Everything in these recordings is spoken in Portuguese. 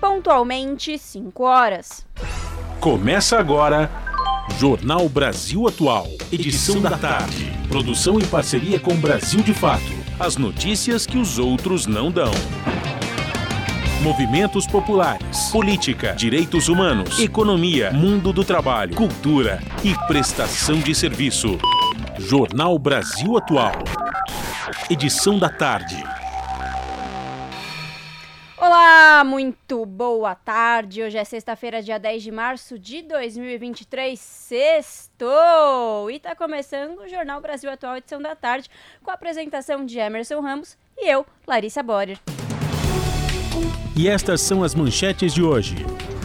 pontualmente 5 horas. Começa agora Jornal Brasil Atual, edição da tarde. Produção em parceria com Brasil de Fato. As notícias que os outros não dão. Movimentos populares, política, direitos humanos, economia, mundo do trabalho, cultura e prestação de serviço. Jornal Brasil Atual, edição da tarde. Olá, muito boa tarde. Hoje é sexta-feira, dia 10 de março de 2023, sextou! E tá começando o Jornal Brasil Atual, edição da tarde, com a apresentação de Emerson Ramos e eu, Larissa Borer. E estas são as manchetes de hoje.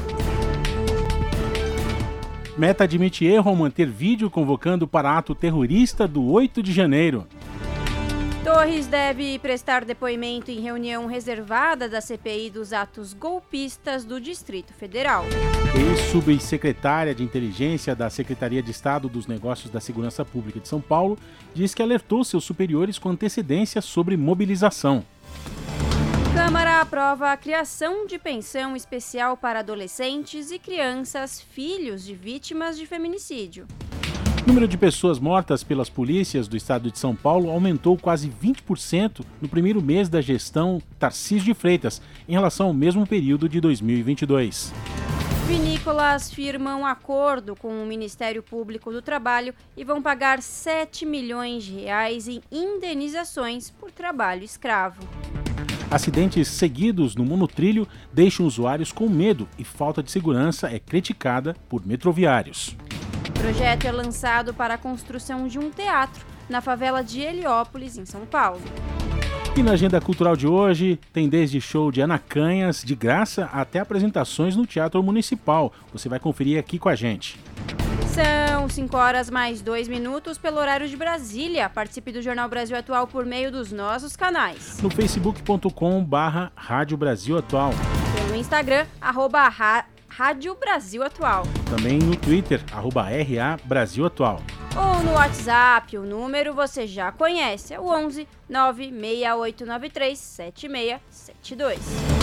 Meta admite erro ao manter vídeo convocando para ato terrorista do 8 de janeiro. Torres deve prestar depoimento em reunião reservada da CPI dos atos golpistas do Distrito Federal. Ex-subsecretária de Inteligência da Secretaria de Estado dos Negócios da Segurança Pública de São Paulo diz que alertou seus superiores com antecedência sobre mobilização. Câmara aprova a criação de pensão especial para adolescentes e crianças filhos de vítimas de feminicídio. O número de pessoas mortas pelas polícias do estado de São Paulo aumentou quase 20% no primeiro mês da gestão Tarcísio de Freitas, em relação ao mesmo período de 2022. Vinícolas firmam acordo com o Ministério Público do Trabalho e vão pagar R$ 7 milhões em indenizações por trabalho escravo. Acidentes seguidos no monotrilho deixam usuários com medo e falta de segurança é criticada por metroviários. O projeto é lançado para a construção de um teatro na favela de Heliópolis, em São Paulo. E na agenda cultural de hoje, tem desde show de Ana Canhas, de graça, até apresentações no Teatro Municipal. Você vai conferir aqui com a gente. São 5 horas mais 2 minutos pelo horário de Brasília. Participe do Jornal Brasil Atual por meio dos nossos canais. No facebook.com/Rádio Brasil Atual. Pelo Instagram, Rádio Brasil Atual. Também no Twitter, @RA Brasil Atual. Ou no WhatsApp, o número você já conhece, é o 11 96893 7672.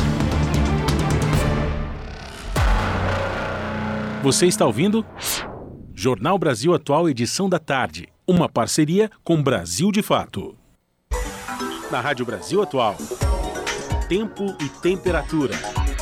Você está ouvindo? Jornal Brasil Atual, edição da tarde. Uma parceria com Brasil de Fato. Na Rádio Brasil Atual. Tempo e temperatura.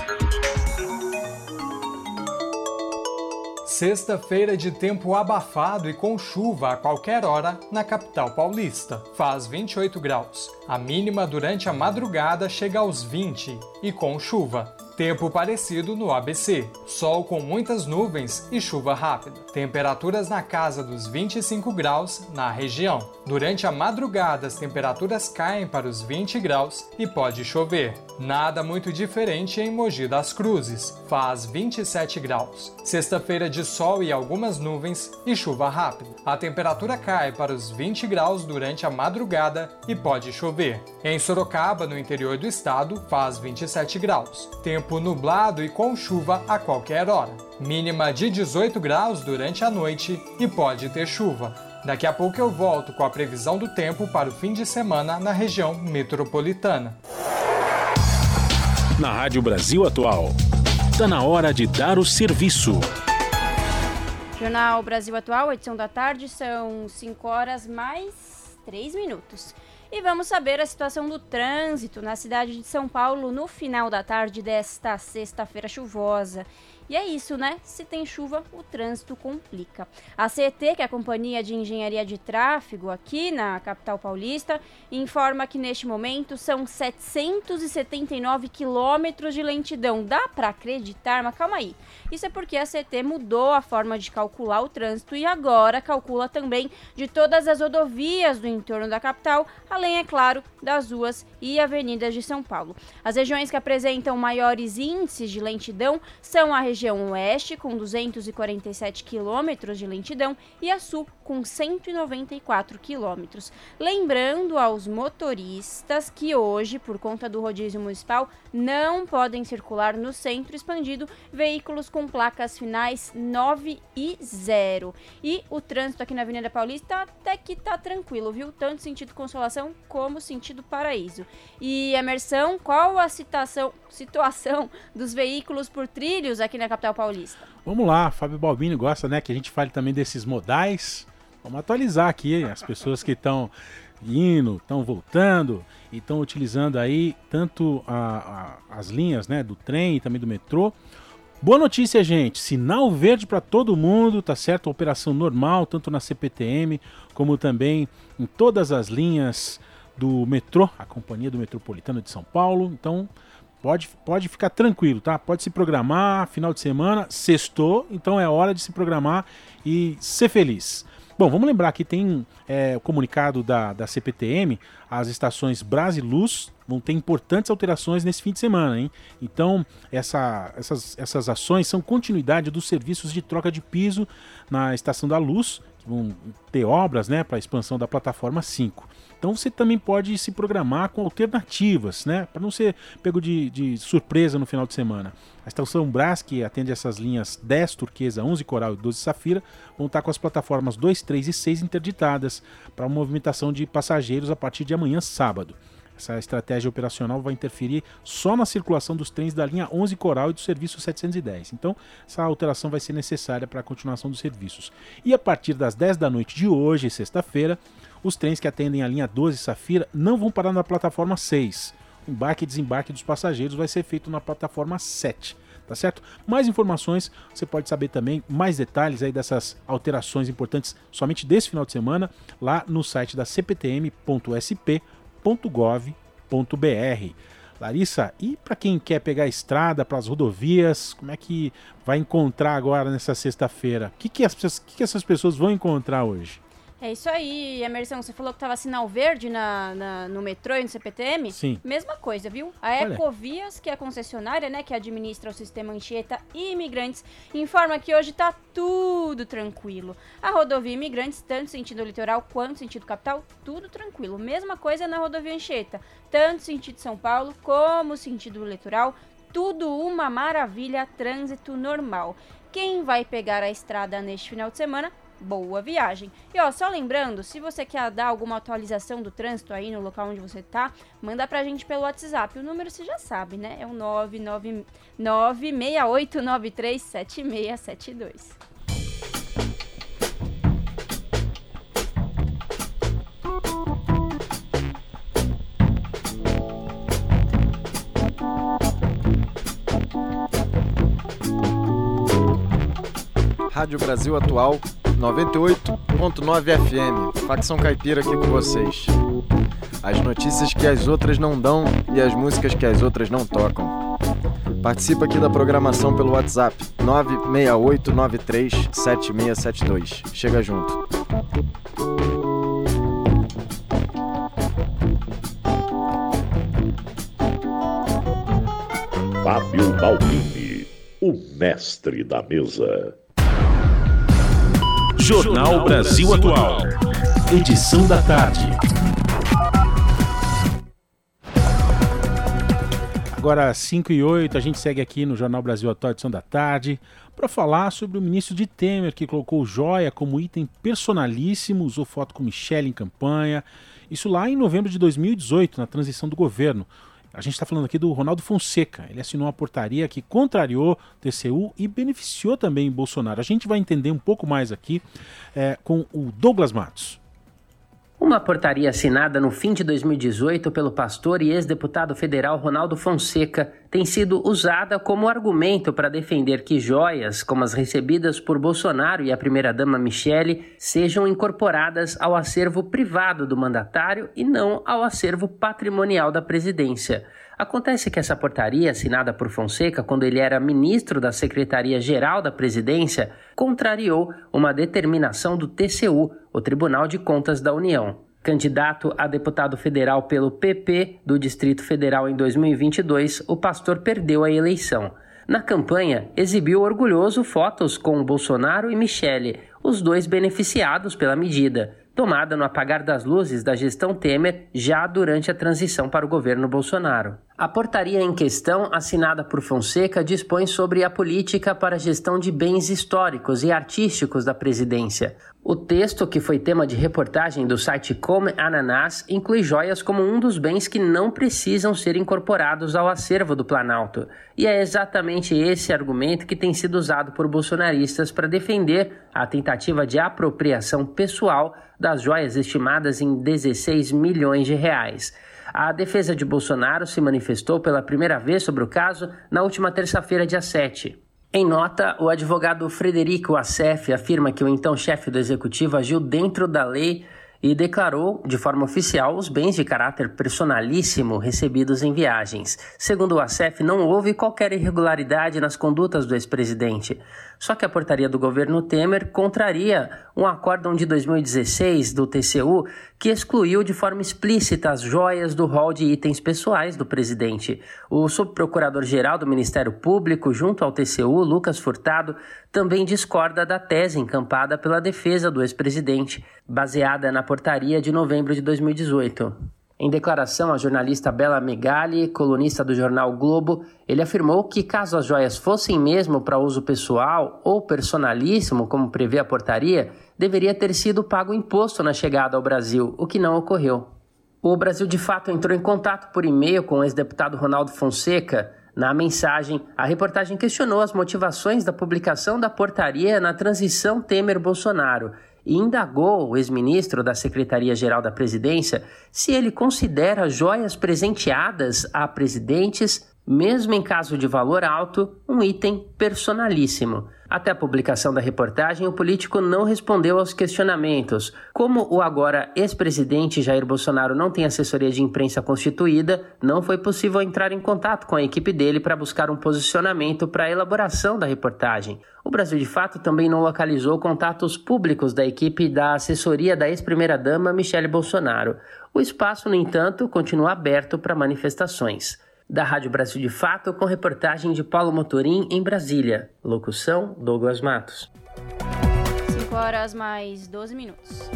Sexta-feira de tempo abafado e com chuva a qualquer hora na capital paulista. Faz 28 graus. A mínima durante a madrugada chega aos 20 e com chuva. Tempo parecido no ABC. Sol com muitas nuvens e chuva rápida. Temperaturas na casa dos 25 graus na região. Durante a madrugada, as temperaturas caem para os 20 graus e pode chover. Nada muito diferente em Mogi das Cruzes. Faz 27 graus. Sexta-feira de sol e algumas nuvens e chuva rápida. A temperatura cai para os 20 graus durante a madrugada e pode chover. Em Sorocaba, no interior do estado, faz 27 graus. Tempo nublado e com chuva a qualquer hora. Mínima de 18 graus durante a noite e pode ter chuva. Daqui a pouco eu volto com a previsão do tempo para o fim de semana na região metropolitana. Na Rádio Brasil Atual. Está na hora de dar o serviço. Jornal Brasil Atual, edição da tarde, são 5 horas mais 3 minutos. E vamos saber a situação do trânsito na cidade de São Paulo no final da tarde desta sexta-feira chuvosa. E é isso, né? Se tem chuva, o trânsito complica. A CET, que é a Companhia de Engenharia de Tráfego aqui na capital paulista, informa que neste momento são 779 quilômetros de lentidão. Dá para acreditar? Mas calma aí. Isso é porque a CET mudou a forma de calcular o trânsito e agora calcula também de todas as rodovias do entorno da capital, além, é claro, das ruas e avenidas de São Paulo. As regiões que apresentam maiores índices de lentidão são a região região oeste, com 247 quilômetros de lentidão, e a sul, com 194 quilômetros. Lembrando aos motoristas que hoje, por conta do rodízio municipal, não podem circular no centro expandido veículos com placas finais 9 e 0. E o trânsito aqui na Avenida Paulista até que tá tranquilo, viu? Tanto sentido Consolação como sentido Paraíso. E, Emerson, qual a situação dos veículos por trilhos aqui na capital paulista? Vamos lá, Fábio Balbini gosta, né, que a gente fale também desses modais. Vamos atualizar aqui as pessoas que estão indo, estão voltando e estão utilizando aí tanto as linhas, né, do trem e também do metrô. Boa notícia, gente, sinal verde para todo mundo, tá certo? Operação normal, tanto na CPTM como também em todas as linhas do metrô, a Companhia do Metropolitano de São Paulo. Então pode ficar tranquilo, tá? Pode se programar, final de semana, sextou, então é hora de se programar e ser feliz. Bom, vamos lembrar que tem o comunicado da CPTM, as estações Brás e Luz vão ter importantes alterações nesse fim de semana, hein? Então, essas ações são continuidade dos serviços de troca de piso na Estação da Luz, que vão ter obras, né, para a expansão da plataforma 5. Então você também pode se programar com alternativas, né, para não ser pego de surpresa no final de semana. A Estação Brás, que atende essas linhas 10 Turquesa, 11 Coral e 12 Safira, vão estar com as plataformas 2, 3 e 6 interditadas para a movimentação de passageiros a partir de amanhã, sábado. Essa estratégia operacional vai interferir só na circulação dos trens da linha 11 Coral e do serviço 710. Então, essa alteração vai ser necessária para a continuação dos serviços. E a partir das 10 da noite de hoje, sexta-feira, os trens que atendem a linha 12 Safira não vão parar na plataforma 6. O embarque e desembarque dos passageiros vai ser feito na plataforma 7. Tá certo? Mais informações, você pode saber também mais detalhes aí dessas alterações importantes somente desse final de semana lá no site da cptm.sp.gov.br. Larissa, e para quem quer pegar a estrada, para as rodovias, como é que vai encontrar agora nessa sexta-feira? O que essas pessoas vão encontrar hoje? É isso aí, Emerson, você falou que estava sinal verde no metrô e no CPTM? Sim. Mesma coisa, viu? A Ecovias, que é a concessionária, né, que administra o sistema Anchieta e Imigrantes, informa que hoje está tudo tranquilo. A rodovia Imigrantes, tanto sentido litoral quanto sentido capital, tudo tranquilo. Mesma coisa na rodovia Anchieta, tanto sentido São Paulo como sentido litoral, tudo uma maravilha, trânsito normal. Quem vai pegar a estrada neste final de semana, boa viagem. E ó, só lembrando, se você quer dar alguma atualização do trânsito aí no local onde você tá, manda pra gente pelo WhatsApp. O número você já sabe, né? É o 99968937672. Rádio Brasil Atual 98.9 FM, Facção Caipira aqui com vocês. As notícias que as outras não dão e as músicas que as outras não tocam. Participa aqui da programação pelo WhatsApp 968937672. Chega junto. Fábio Balbini, o mestre da mesa. Jornal Brasil Atual, edição da tarde. Agora 5h08, a gente segue aqui no Jornal Brasil Atual, edição da tarde, para falar sobre o ministro de Temer, que colocou joia como item personalíssimo, usou foto com Michele em campanha, isso lá em novembro de 2018, na transição do governo. A gente está falando aqui do Ronaldo Fonseca. Ele assinou uma portaria que contrariou o TCU e beneficiou também Bolsonaro. A gente vai entender um pouco mais aqui com o Douglas Matos. Uma portaria assinada no fim de 2018 pelo pastor e ex-deputado federal Ronaldo Fonseca tem sido usada como argumento para defender que joias, como as recebidas por Bolsonaro e a primeira-dama Michele, sejam incorporadas ao acervo privado do mandatário e não ao acervo patrimonial da presidência. Acontece que essa portaria, assinada por Fonseca quando ele era ministro da Secretaria-Geral da Presidência, contrariou uma determinação do TCU, o Tribunal de Contas da União. Candidato a deputado federal pelo PP do Distrito Federal em 2022, o pastor perdeu a eleição. Na campanha, exibiu orgulhoso fotos com Bolsonaro e Michele, os dois beneficiados pela medida, tomada no apagar das luzes da gestão Temer já durante a transição para o governo Bolsonaro. A portaria em questão, assinada por Fonseca, dispõe sobre a política para a gestão de bens históricos e artísticos da presidência. O texto, que foi tema de reportagem do site Come Ananas, inclui joias como um dos bens que não precisam ser incorporados ao acervo do Planalto. E é exatamente esse argumento que tem sido usado por bolsonaristas para defender a tentativa de apropriação pessoal das joias estimadas em 16 milhões de reais. A defesa de Bolsonaro se manifestou pela primeira vez sobre o caso na última terça-feira, dia 7. Em nota, o advogado Frederico Assef afirma que o então chefe do executivo agiu dentro da lei e declarou, de forma oficial, os bens de caráter personalíssimo recebidos em viagens. Segundo o Assef, não houve qualquer irregularidade nas condutas do ex-presidente. Só que a portaria do governo Temer contraria um acórdão de 2016 do TCU que excluiu de forma explícita as joias do rol de itens pessoais do presidente. O subprocurador-geral do Ministério Público, junto ao TCU, Lucas Furtado, também discorda da tese encampada pela defesa do ex-presidente, baseada na portaria de novembro de 2018. Em declaração à jornalista Bela Megali, colunista do jornal Globo, ele afirmou que caso as joias fossem mesmo para uso pessoal ou personalíssimo, como prevê a portaria, deveria ter sido pago imposto na chegada ao Brasil, o que não ocorreu. O Brasil de Fato entrou em contato por e-mail com o ex-deputado Ronaldo Fonseca. Na mensagem, a reportagem questionou as motivações da publicação da portaria na transição Temer-Bolsonaro e indagou o ex-ministro da Secretaria-Geral da Presidência se ele considera joias presenteadas a presidentes, mesmo em caso de valor alto, um item personalíssimo. Até a publicação da reportagem, o político não respondeu aos questionamentos. Como o agora ex-presidente Jair Bolsonaro não tem assessoria de imprensa constituída, não foi possível entrar em contato com a equipe dele para buscar um posicionamento para a elaboração da reportagem. O Brasil de Fato também não localizou contatos públicos da equipe da assessoria da ex-primeira-dama Michele Bolsonaro. O espaço, no entanto, continua aberto para manifestações. Da Rádio Brasil de Fato, com reportagem de Paulo Motorim em Brasília. Locução, Douglas Matos. 5h mais 12.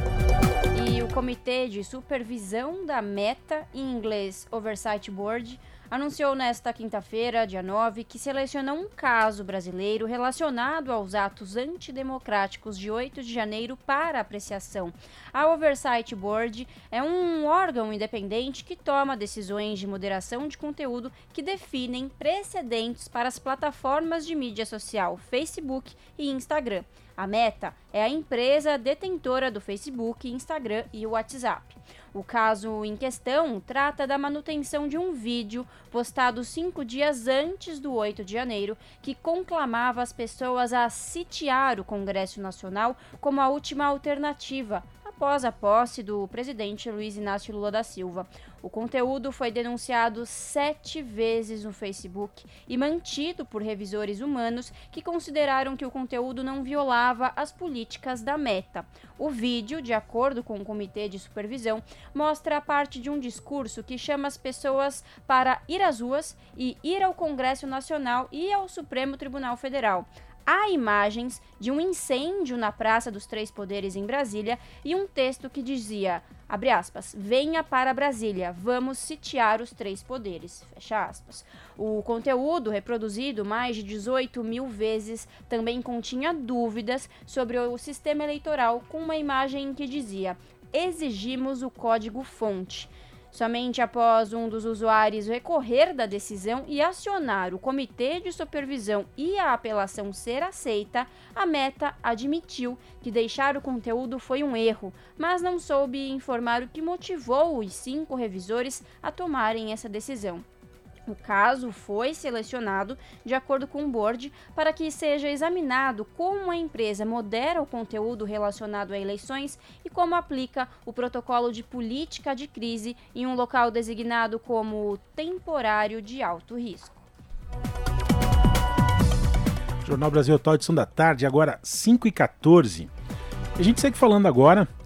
E o Comitê de Supervisão da Meta, em inglês Oversight Board, anunciou nesta quinta-feira, dia 9, que selecionou um caso brasileiro relacionado aos atos antidemocráticos de 8 de janeiro para apreciação. A Oversight Board é um órgão independente que toma decisões de moderação de conteúdo que definem precedentes para as plataformas de mídia social Facebook e Instagram. A Meta é a empresa detentora do Facebook, Instagram e WhatsApp. O caso em questão trata da manutenção de um vídeo postado 5 dias antes do 8 de janeiro, que conclamava as pessoas a sitiar o Congresso Nacional como a última alternativa, após a posse do presidente Luiz Inácio Lula da Silva. O conteúdo foi denunciado 7 vezes no Facebook e mantido por revisores humanos que consideraram que o conteúdo não violava as políticas da Meta. O vídeo, de acordo com o Comitê de Supervisão, mostra a parte de um discurso que chama as pessoas para ir às ruas e ir ao Congresso Nacional e ao Supremo Tribunal Federal. Há imagens de um incêndio na Praça dos Três Poderes em Brasília e um texto que dizia, abre aspas, venha para Brasília, vamos sitiar os três poderes, fecha aspas. O conteúdo, reproduzido mais de 18 mil vezes, também continha dúvidas sobre o sistema eleitoral, com uma imagem que dizia, exigimos o código-fonte. Somente após um dos usuários recorrer da decisão e acionar o Comitê de Supervisão e a apelação ser aceita, a Meta admitiu que deixar o conteúdo foi um erro, mas não soube informar o que motivou os 5 revisores a tomarem essa decisão. O caso foi selecionado, de acordo com o board, para que seja examinado como a empresa modera o conteúdo relacionado a eleições e como aplica o protocolo de política de crise em um local designado como temporário de alto risco. Jornal Brasil Atual, edição da tarde, agora 5h14. A gente segue falando agora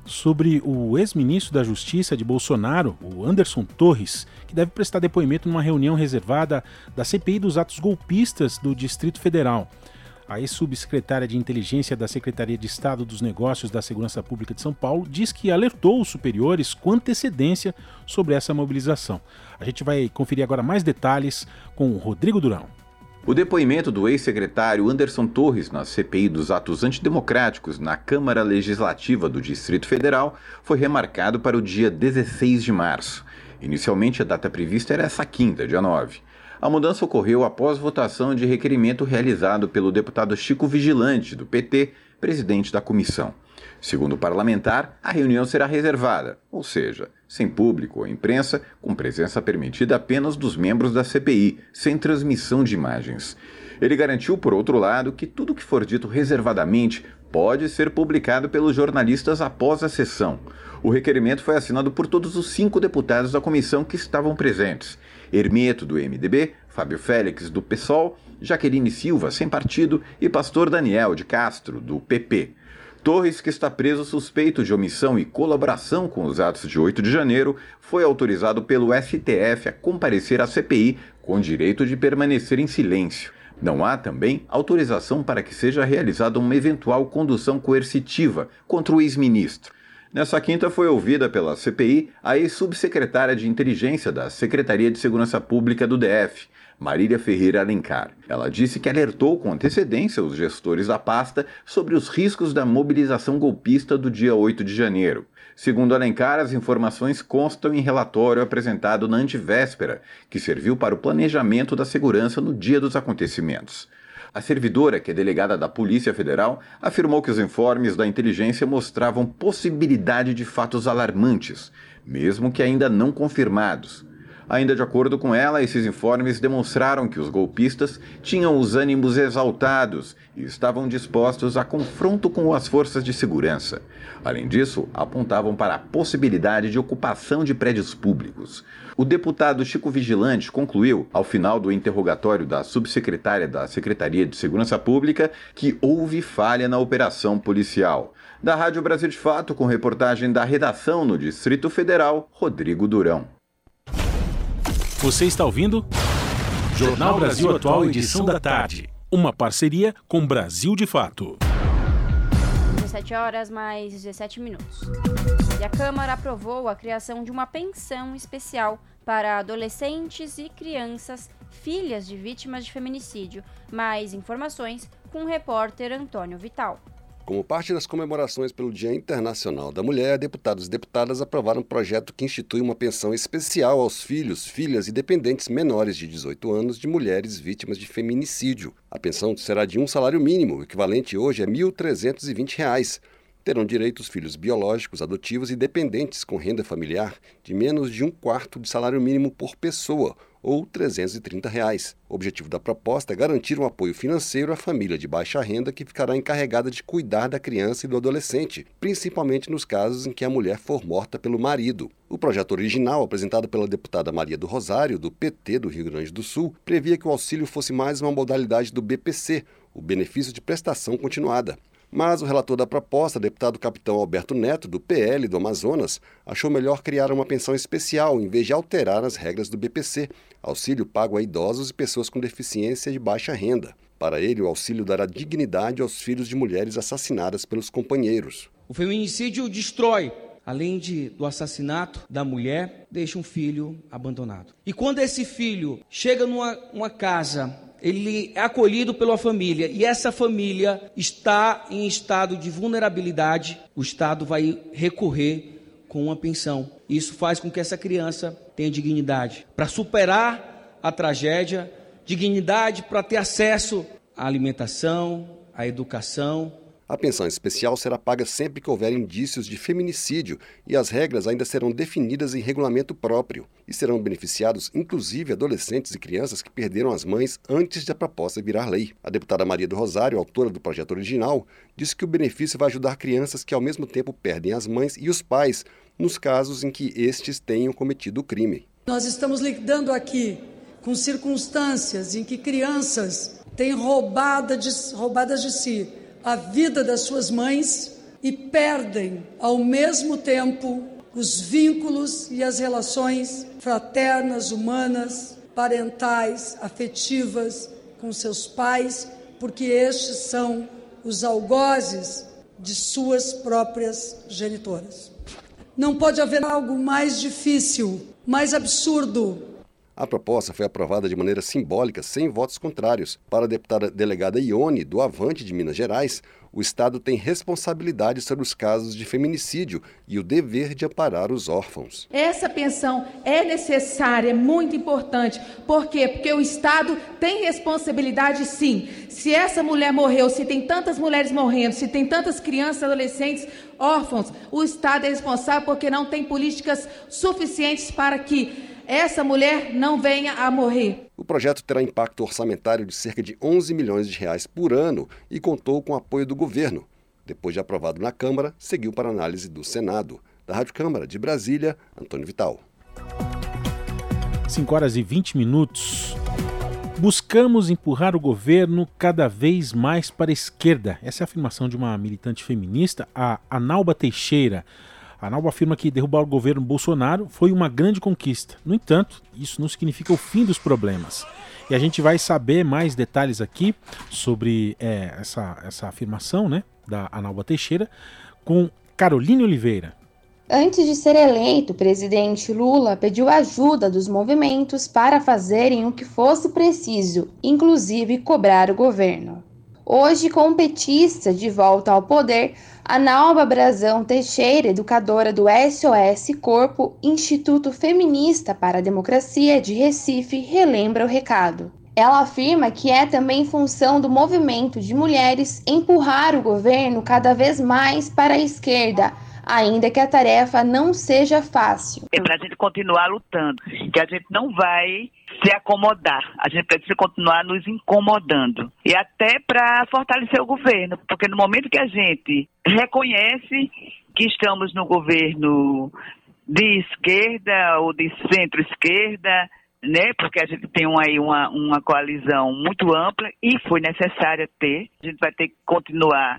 sobre o ex-ministro da Justiça de Bolsonaro, o Anderson Torres, que deve prestar depoimento numa reunião reservada da CPI dos atos golpistas do Distrito Federal. A ex-subsecretária de Inteligência da Secretaria de Estado dos Negócios da Segurança Pública de São Paulo diz que alertou os superiores com antecedência sobre essa mobilização. A gente vai conferir agora mais detalhes com o Rodrigo Durão. O depoimento do ex-secretário Anderson Torres na CPI dos atos antidemocráticos na Câmara Legislativa do Distrito Federal foi remarcado para o dia 16 de março. Inicialmente, a data prevista era essa quinta, dia 9. A mudança ocorreu após votação de requerimento realizado pelo deputado Chico Vigilante, do PT, presidente da comissão. Segundo o parlamentar, a reunião será reservada, ou seja, sem público ou imprensa, com presença permitida apenas dos membros da CPI, sem transmissão de imagens. Ele garantiu, por outro lado, que tudo que for dito reservadamente pode ser publicado pelos jornalistas após a sessão. O requerimento foi assinado por todos os 5 deputados da comissão que estavam presentes. Hermeto, do MDB, Fábio Félix, do PSOL, Jaqueline Silva, sem partido, e pastor Daniel de Castro, do PP. Torres, que está preso suspeito de omissão e colaboração com os atos de 8 de janeiro, foi autorizado pelo STF a comparecer à CPI com direito de permanecer em silêncio. Não há também autorização para que seja realizada uma eventual condução coercitiva contra o ex-ministro. Nessa quinta foi ouvida pela CPI a ex-subsecretária de Inteligência da Secretaria de Segurança Pública do DF, Marília Ferreira Alencar. Ela disse que alertou com antecedência os gestores da pasta sobre os riscos da mobilização golpista do dia 8 de janeiro. Segundo Alencar, as informações constam em relatório apresentado na antevéspera, que serviu para o planejamento da segurança no dia dos acontecimentos. A servidora, que é delegada da Polícia Federal, afirmou que os informes da inteligência mostravam possibilidade de fatos alarmantes, mesmo que ainda não confirmados. Ainda de acordo com ela, esses informes demonstraram que os golpistas tinham os ânimos exaltados e estavam dispostos a confronto com as forças de segurança. Além disso, apontavam para a possibilidade de ocupação de prédios públicos. O deputado Chico Vigilante concluiu, ao final do interrogatório da subsecretária da Secretaria de Segurança Pública, que houve falha na operação policial. Da Rádio Brasil de Fato, com reportagem da redação no Distrito Federal, Rodrigo Durão. Você está ouvindo? Jornal Brasil Atual, edição da tarde. Uma parceria com Brasil de Fato. 17 horas mais 17 minutos. E a Câmara aprovou a criação de uma pensão especial para adolescentes e crianças filhas de vítimas de feminicídio. Mais informações com o repórter Antônio Vital. Como parte das comemorações pelo Dia Internacional da Mulher, deputados e deputadas aprovaram um projeto que institui uma pensão especial aos filhos, filhas e dependentes menores de 18 anos de mulheres vítimas de feminicídio. A pensão será de um salário mínimo, o equivalente hoje a R$ 1.320. Terão direito os filhos biológicos, adotivos e dependentes com renda familiar de menos de 1/4 de salário mínimo por pessoa, ou R$ 330. O objetivo da proposta é garantir um apoio financeiro à família de baixa renda que ficará encarregada de cuidar da criança e do adolescente, principalmente nos casos em que a mulher for morta pelo marido. O projeto original, apresentado pela deputada Maria do Rosário, do PT do Rio Grande do Sul, previa que o auxílio fosse mais uma modalidade do BPC, o benefício de prestação continuada. Mas o relator da proposta, deputado capitão Alberto Neto, do PL do Amazonas, achou melhor criar uma pensão especial em vez de alterar as regras do BPC, auxílio pago a idosos e pessoas com deficiência de baixa renda. Para ele, o auxílio dará dignidade aos filhos de mulheres assassinadas pelos companheiros. O feminicídio destrói, além do assassinato da mulher, deixa um filho abandonado. E quando esse filho chega numa casa, ele é acolhido pela família e essa família está em estado de vulnerabilidade, o Estado vai recorrer com uma pensão. Isso faz com que essa criança tenha dignidade para superar a tragédia, dignidade para ter acesso à alimentação, à educação. A pensão especial será paga sempre que houver indícios de feminicídio e as regras ainda serão definidas em regulamento próprio. E serão beneficiados, inclusive, adolescentes e crianças que perderam as mães antes da proposta virar lei. A deputada Maria do Rosário, autora do projeto original, disse que o benefício vai ajudar crianças que ao mesmo tempo perdem as mães e os pais, nos casos em que estes tenham cometido o crime. Nós estamos lidando aqui com circunstâncias em que crianças têm roubadas de si a vida das suas mães e perdem, ao mesmo tempo, os vínculos e as relações fraternas, humanas, parentais, afetivas com seus pais, porque estes são os algozes de suas próprias genitoras. Não pode haver algo mais difícil, mais absurdo. A proposta foi aprovada de maneira simbólica, sem votos contrários. Para a deputada delegada Ione, do Avante de Minas Gerais, o Estado tem responsabilidade sobre os casos de feminicídio e o dever de amparar os órfãos. Essa pensão é necessária, é muito importante. Por quê? Porque o Estado tem responsabilidade, sim. Se essa mulher morreu, se tem tantas mulheres morrendo, se tem tantas crianças, adolescentes, órfãos, o Estado é responsável porque não tem políticas suficientes para que essa mulher não venha a morrer. O projeto terá impacto orçamentário de cerca de 11 milhões de reais por ano e contou com o apoio do governo. Depois de aprovado na Câmara, seguiu para análise do Senado. Da Rádio Câmara de Brasília, Antônio Vital. 5h20. Buscamos empurrar o governo cada vez mais para a esquerda. Essa é a afirmação de uma militante feminista, a Analba Teixeira. A Analba afirma que derrubar o governo Bolsonaro foi uma grande conquista. No entanto, isso não significa o fim dos problemas. E a gente vai saber mais detalhes aqui sobre essa afirmação, né, da Analba Teixeira com Caroline Oliveira. Antes de ser eleito, o presidente Lula pediu ajuda dos movimentos para fazerem o que fosse preciso, inclusive cobrar o governo. Hoje, como petista de volta ao poder, Analba Brazão Teixeira, educadora do SOS Corpo, Instituto Feminista para a Democracia de Recife, relembra o recado. Ela afirma que é também função do movimento de mulheres empurrar o governo cada vez mais para a esquerda, ainda que a tarefa não seja fácil. É para a gente continuar lutando, que a gente não vai se acomodar, a gente precisa continuar nos incomodando. E até para fortalecer o governo, porque no momento que a gente reconhece que estamos no governo de esquerda ou de centro-esquerda, né, porque a gente tem aí uma coalizão muito ampla e foi necessária ter, a gente vai ter que continuar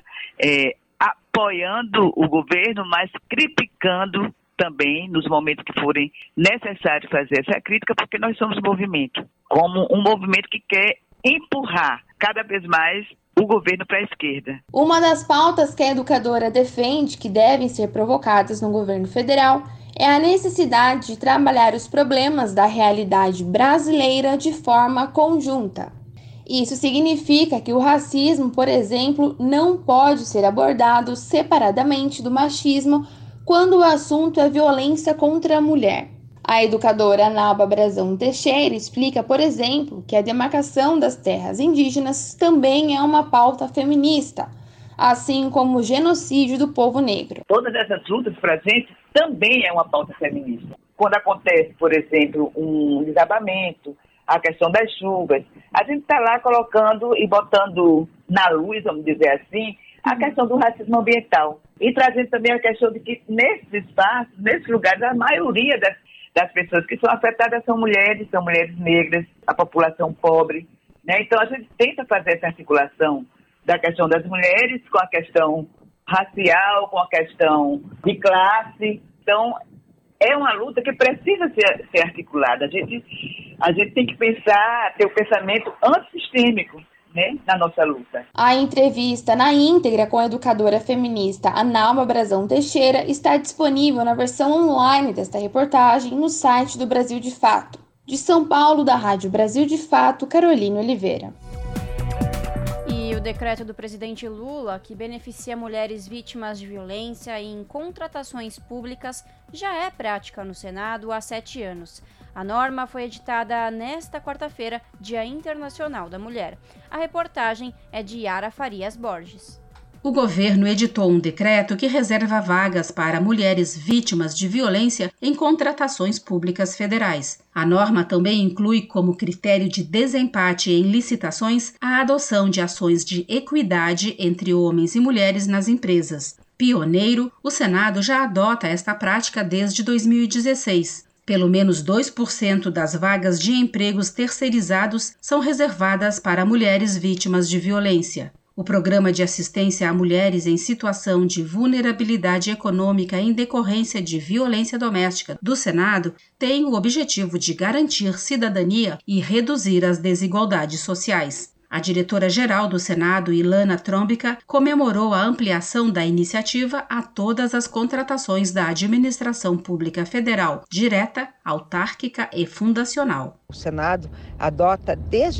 apoiando o governo, mas criticando também nos momentos que forem necessários fazer essa crítica, porque nós somos um movimento, como um movimento que quer empurrar cada vez mais o governo para a esquerda. Uma das pautas que a educadora defende que devem ser provocadas no governo federal é a necessidade de trabalhar os problemas da realidade brasileira de forma conjunta. Isso significa que o racismo, por exemplo, não pode ser abordado separadamente do machismo quando o assunto é violência contra a mulher. A educadora Analba Brazão Teixeira explica, por exemplo, que a demarcação das terras indígenas também é uma pauta feminista, assim como o genocídio do povo negro. Todas essas lutas para a gente também é uma pauta feminista. Quando acontece, por exemplo, um desabamento, a questão das chuvas, a gente está lá colocando e botando na luz, vamos dizer assim, a questão do racismo ambiental. E trazendo também a questão de que nesses espaços, nesses lugares, a maioria das pessoas que são afetadas são mulheres negras, a população pobre, né? Então a gente tenta fazer essa articulação da questão das mulheres com a questão racial, com a questão de classe. Então é uma luta que precisa ser articulada. A gente tem que pensar, ter o pensamento antissistêmico, né, na nossa luta. A entrevista na íntegra com a educadora feminista Analba Brazão Teixeira está disponível na versão online desta reportagem no site do Brasil de Fato. De São Paulo, da Rádio Brasil de Fato, Caroline Oliveira. E o decreto do presidente Lula, que beneficia mulheres vítimas de violência em contratações públicas, já é prática no Senado há 7 anos. A norma foi editada nesta quarta-feira, Dia Internacional da Mulher. A reportagem é de Yara Farias Borges. O governo editou um decreto que reserva vagas para mulheres vítimas de violência em contratações públicas federais. A norma também inclui como critério de desempate em licitações a adoção de ações de equidade entre homens e mulheres nas empresas. Pioneiro, o Senado já adota esta prática desde 2016. Pelo menos 2% das vagas de empregos terceirizados são reservadas para mulheres vítimas de violência. O Programa de Assistência a Mulheres em Situação de Vulnerabilidade Econômica em Decorrência de Violência Doméstica do Senado tem o objetivo de garantir cidadania e reduzir as desigualdades sociais. A diretora-geral do Senado, Ilana Trombica, comemorou a ampliação da iniciativa a todas as contratações da administração pública federal, direta, autárquica e fundacional. O Senado adota desde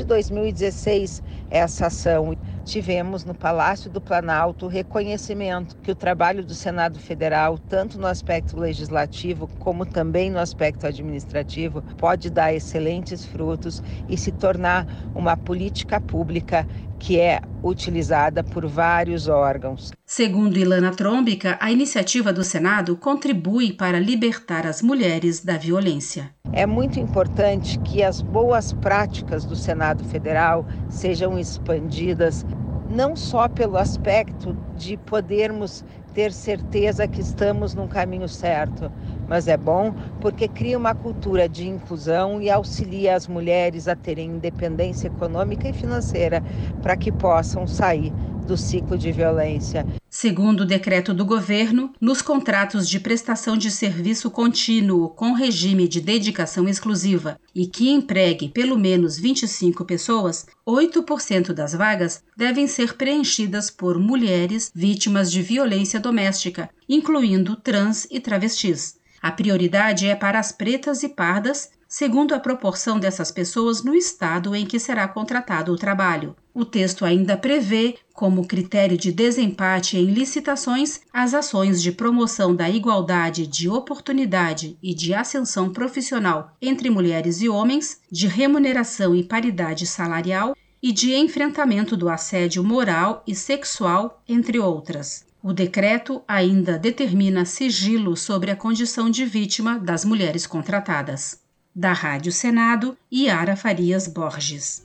2016 essa ação. Tivemos no Palácio do Planalto reconhecimento que o trabalho do Senado Federal, tanto no aspecto legislativo como também no aspecto administrativo, pode dar excelentes frutos e se tornar uma política pública que é utilizada por vários órgãos. Segundo Ilana Trombica, a iniciativa do Senado contribui para libertar as mulheres da violência. É muito importante que as boas práticas do Senado Federal sejam expandidas, não só pelo aspecto de podermos ter certeza que estamos no caminho certo, mas é bom porque cria uma cultura de inclusão e auxilia as mulheres a terem independência econômica e financeira para que possam sair do ciclo de violência. Segundo o decreto do governo, nos contratos de prestação de serviço contínuo com regime de dedicação exclusiva e que empregue pelo menos 25 pessoas, 8% das vagas devem ser preenchidas por mulheres vítimas de violência doméstica, incluindo trans e travestis. A prioridade é para as pretas e pardas, segundo a proporção dessas pessoas no estado em que será contratado o trabalho. O texto ainda prevê, como critério de desempate em licitações, as ações de promoção da igualdade de oportunidade e de ascensão profissional entre mulheres e homens, de remuneração e paridade salarial e de enfrentamento do assédio moral e sexual, entre outras. O decreto ainda determina sigilo sobre a condição de vítima das mulheres contratadas. Da Rádio Senado, Yara Farias Borges.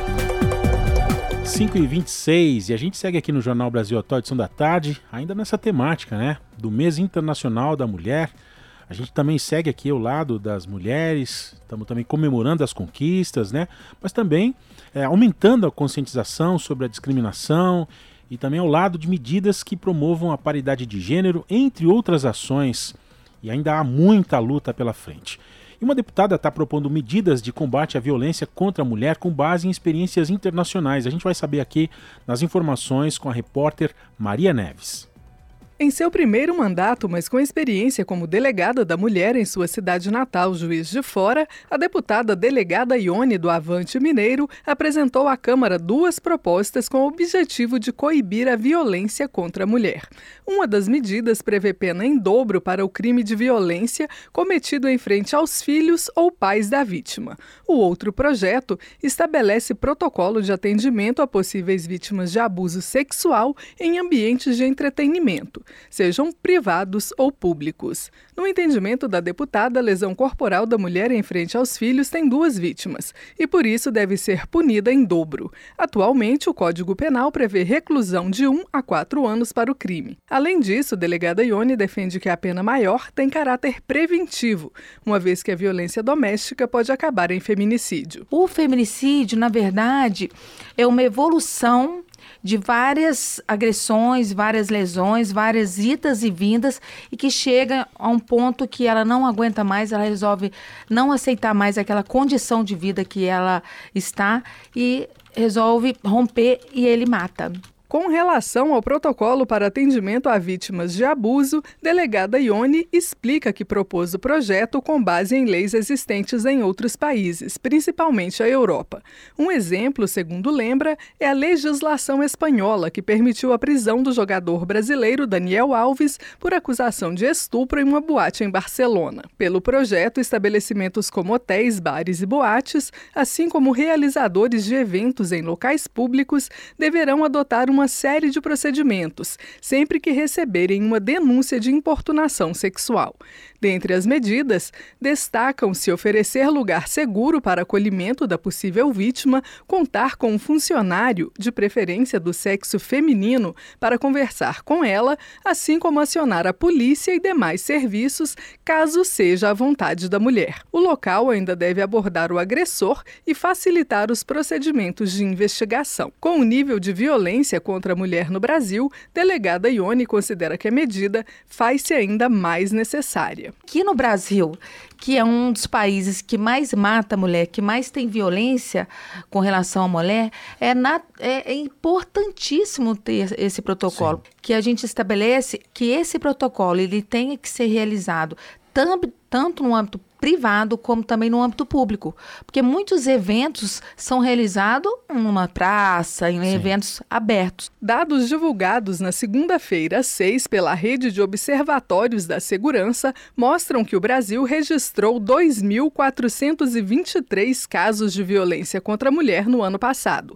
5h26, e a gente segue aqui no Jornal Brasil Atual, edição da tarde, ainda nessa temática, né, do Mês Internacional da Mulher. A gente também segue aqui ao lado das mulheres, estamos também comemorando as conquistas, né, mas também aumentando a conscientização sobre a discriminação e também ao lado de medidas que promovam a paridade de gênero, entre outras ações, e ainda há muita luta pela frente. E uma deputada está propondo medidas de combate à violência contra a mulher com base em experiências internacionais. A gente vai saber aqui nas informações com a repórter Maria Neves. Em seu primeiro mandato, mas com experiência como delegada da mulher em sua cidade natal, Juiz de Fora, a deputada delegada Ione do Avante Mineiro apresentou à Câmara 2 propostas com o objetivo de coibir a violência contra a mulher. Uma das medidas prevê pena em dobro para o crime de violência cometido em frente aos filhos ou pais da vítima. O outro projeto estabelece protocolo de atendimento a possíveis vítimas de abuso sexual em ambientes de entretenimento, sejam privados ou públicos. No entendimento da deputada, a lesão corporal da mulher em frente aos filhos tem 2 vítimas e, por isso, deve ser punida em dobro. Atualmente, o Código Penal prevê reclusão de 1 a 4 anos para o crime. Além disso, a delegada Ione defende que a pena maior tem caráter preventivo, uma vez que a violência doméstica pode acabar em feminicídio. O feminicídio, na verdade, é uma evolução de várias agressões, várias lesões, várias idas e vindas, e que chega a um ponto que ela não aguenta mais, ela resolve não aceitar mais aquela condição de vida que ela está e resolve romper e ele mata. Com relação ao protocolo para atendimento a vítimas de abuso, delegada Ione explica que propôs o projeto com base em leis existentes em outros países, principalmente a Europa. Um exemplo, segundo lembra, é a legislação espanhola, que permitiu a prisão do jogador brasileiro Daniel Alves por acusação de estupro em uma boate em Barcelona. Pelo projeto, estabelecimentos como hotéis, bares e boates, assim como realizadores de eventos em locais públicos, deverão adotar uma série de procedimentos, sempre que receberem uma denúncia de importunação sexual. Dentre as medidas, destacam-se oferecer lugar seguro para acolhimento da possível vítima, contar com um funcionário, de preferência do sexo feminino, para conversar com ela, assim como acionar a polícia e demais serviços, caso seja a vontade da mulher. O local ainda deve abordar o agressor e facilitar os procedimentos de investigação. Com o nível de violência contra contra a mulher no Brasil, delegada Ione considera que a medida faz-se ainda mais necessária. Aqui no Brasil, que é um dos países que mais mata a mulher, que mais tem violência com relação à mulher, é importantíssimo ter esse protocolo. Sim. Que a gente estabelece que esse protocolo ele tenha que ser realizado tanto no âmbito privado como também no âmbito público, porque muitos eventos são realizados numa praça, em eventos abertos. Dados divulgados na segunda-feira, 6, pela Rede de Observatórios da Segurança, mostram que o Brasil registrou 2.423 casos de violência contra a mulher no ano passado.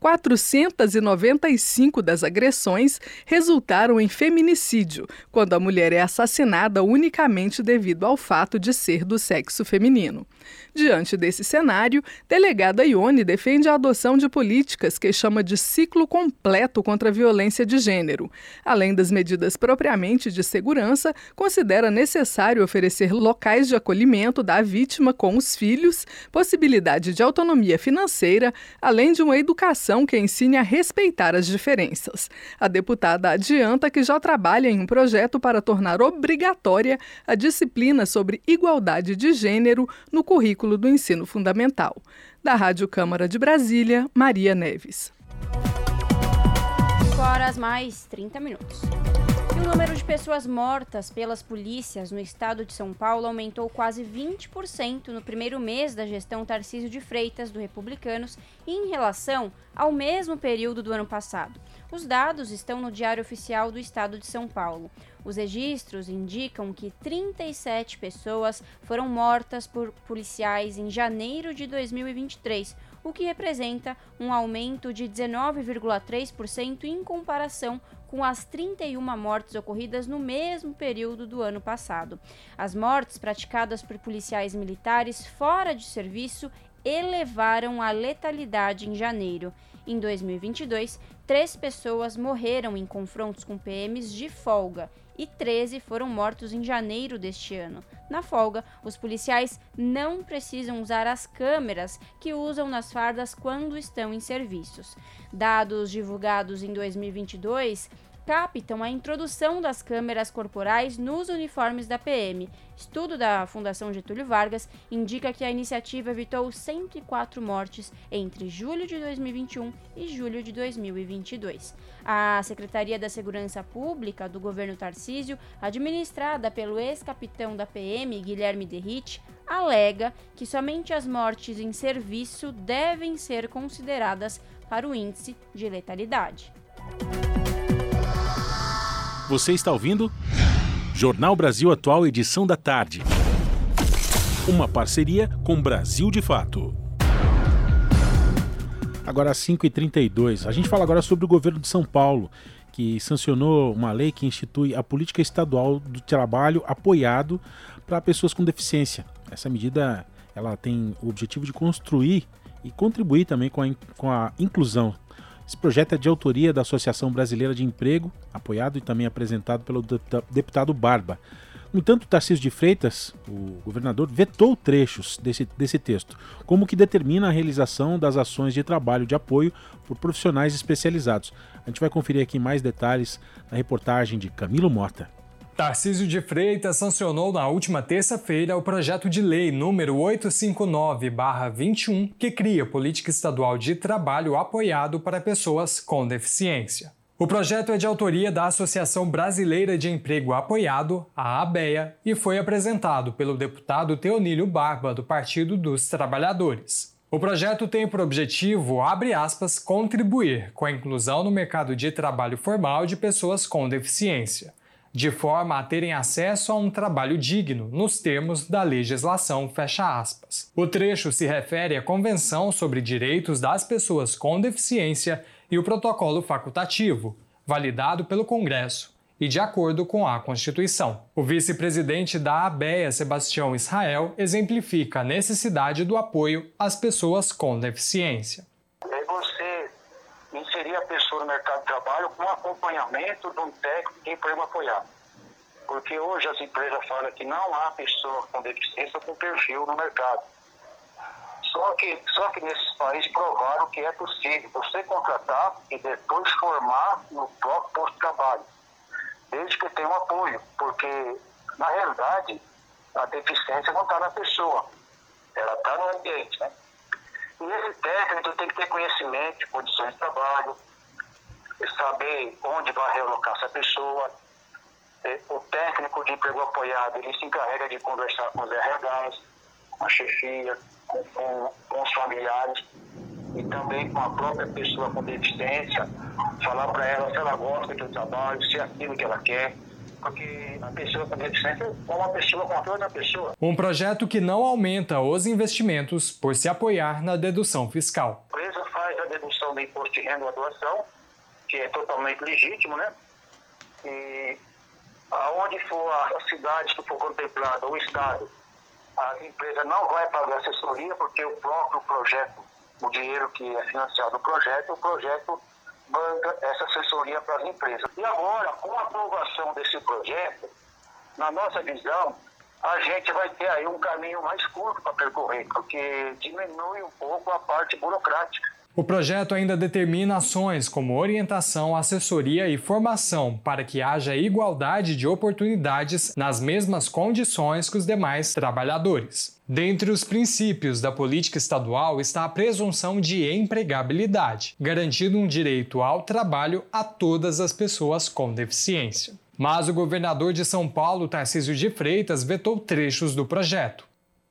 495 das agressões resultaram em feminicídio, quando a mulher é assassinada unicamente devido ao fato de ser do sexo feminino. Diante desse cenário, delegada Ione defende a adoção de políticas que chama de ciclo completo contra a violência de gênero. Além das medidas propriamente de segurança, considera necessário oferecer locais de acolhimento da vítima com os filhos, possibilidade de autonomia financeira, além de uma educação que ensine a respeitar as diferenças. A deputada adianta que já trabalha em um projeto para tornar obrigatória a disciplina sobre igualdade de gênero no currículo do ensino fundamental. Da Rádio Câmara de Brasília, Maria Neves. 5h+30. E o número de pessoas mortas pelas polícias no estado de São Paulo aumentou quase 20% no primeiro mês da gestão Tarcísio de Freitas, do Republicanos, em relação ao mesmo período do ano passado. Os dados estão no Diário Oficial do Estado de São Paulo. Os registros indicam que 37 pessoas foram mortas por policiais em janeiro de 2023, o que representa um aumento de 19,3% em comparação com as 31 mortes ocorridas no mesmo período do ano passado. As mortes praticadas por policiais militares fora de serviço elevaram a letalidade em janeiro. Em 2022, 3 pessoas morreram em confrontos com PMs de folga e 13 foram mortos em janeiro deste ano. Na folga, os policiais não precisam usar as câmeras que usam nas fardas quando estão em serviços. Dados divulgados em 2022 captam a introdução das câmeras corporais nos uniformes da PM. Estudo da Fundação Getúlio Vargas indica que a iniciativa evitou 104 mortes entre julho de 2021 e julho de 2022. A Secretaria da Segurança Pública do governo Tarcísio, administrada pelo ex-capitão da PM, Guilherme Derrite, alega que somente as mortes em serviço devem ser consideradas para o índice de letalidade. Você está ouvindo Jornal Brasil Atual, edição da tarde. Uma parceria com Brasil de Fato. Agora às 5h32. A gente fala agora sobre o governo de São Paulo, que sancionou uma lei que institui a política estadual do trabalho apoiado para pessoas com deficiência. Essa medida ela tem o objetivo de construir e contribuir também com a inclusão. Esse projeto é de autoria da Associação Brasileira de Emprego, apoiado e também apresentado pelo deputado Barba. No entanto, Tarcísio de Freitas, o governador, vetou trechos desse texto, como que determina a realização das ações de trabalho de apoio por profissionais especializados. A gente vai conferir aqui mais detalhes na reportagem de Camilo Mota. Tarcísio de Freitas sancionou na última terça-feira o projeto de lei número 859/21, que cria política estadual de trabalho apoiado para pessoas com deficiência. O projeto é de autoria da Associação Brasileira de Emprego Apoiado, a ABEA, e foi apresentado pelo deputado Teonílio Barba, do Partido dos Trabalhadores. O projeto tem por objetivo, abre aspas, contribuir com a inclusão no mercado de trabalho formal de pessoas com deficiência, de forma a terem acesso a um trabalho digno, nos termos da legislação, fecha aspas. O trecho se refere à Convenção sobre Direitos das Pessoas com Deficiência e o Protocolo Facultativo, validado pelo Congresso e de acordo com a Constituição. O vice-presidente da ABEA, Sebastião Israel, exemplifica a necessidade do apoio às pessoas com deficiência. Inserir a pessoa no mercado de trabalho com acompanhamento de um técnico que pode apoiar. Porque hoje as empresas falam que não há pessoa com deficiência com perfil no mercado. Só Só que nesses países provaram que é possível você contratar e depois formar no próprio posto de trabalho, desde que tenha um apoio, porque, na realidade, a deficiência não está na pessoa, ela está no ambiente, né? E esse técnico tem que ter conhecimento de condições de trabalho, saber onde vai realocar essa pessoa. O técnico de emprego apoiado, ele se encarrega de conversar com os RHs, com a chefia, com os familiares e também com a própria pessoa com deficiência, falar para ela se ela gosta do trabalho, se é aquilo que ela quer, porque a pessoa com deficiência é uma pessoa com toda a pessoa. Um projeto que não aumenta os investimentos por se apoiar na dedução fiscal. A empresa faz a dedução do imposto de renda ou doação, que é totalmente legítimo, né? E aonde for a cidade que for contemplada, ou o estado, a empresa não vai pagar assessoria, porque o próprio projeto, o dinheiro que é financiado no projeto, o projeto manda essa assessoria para as empresas. E agora, com a aprovação desse projeto, na nossa visão, a gente vai ter aí um caminho mais curto para percorrer, porque diminui um pouco a parte burocrática. O projeto ainda determina ações como orientação, assessoria e formação para que haja igualdade de oportunidades nas mesmas condições que os demais trabalhadores. Dentre os princípios da política estadual está a presunção de empregabilidade, garantindo um direito ao trabalho a todas as pessoas com deficiência. Mas o governador de São Paulo, Tarcísio de Freitas, vetou trechos do projeto.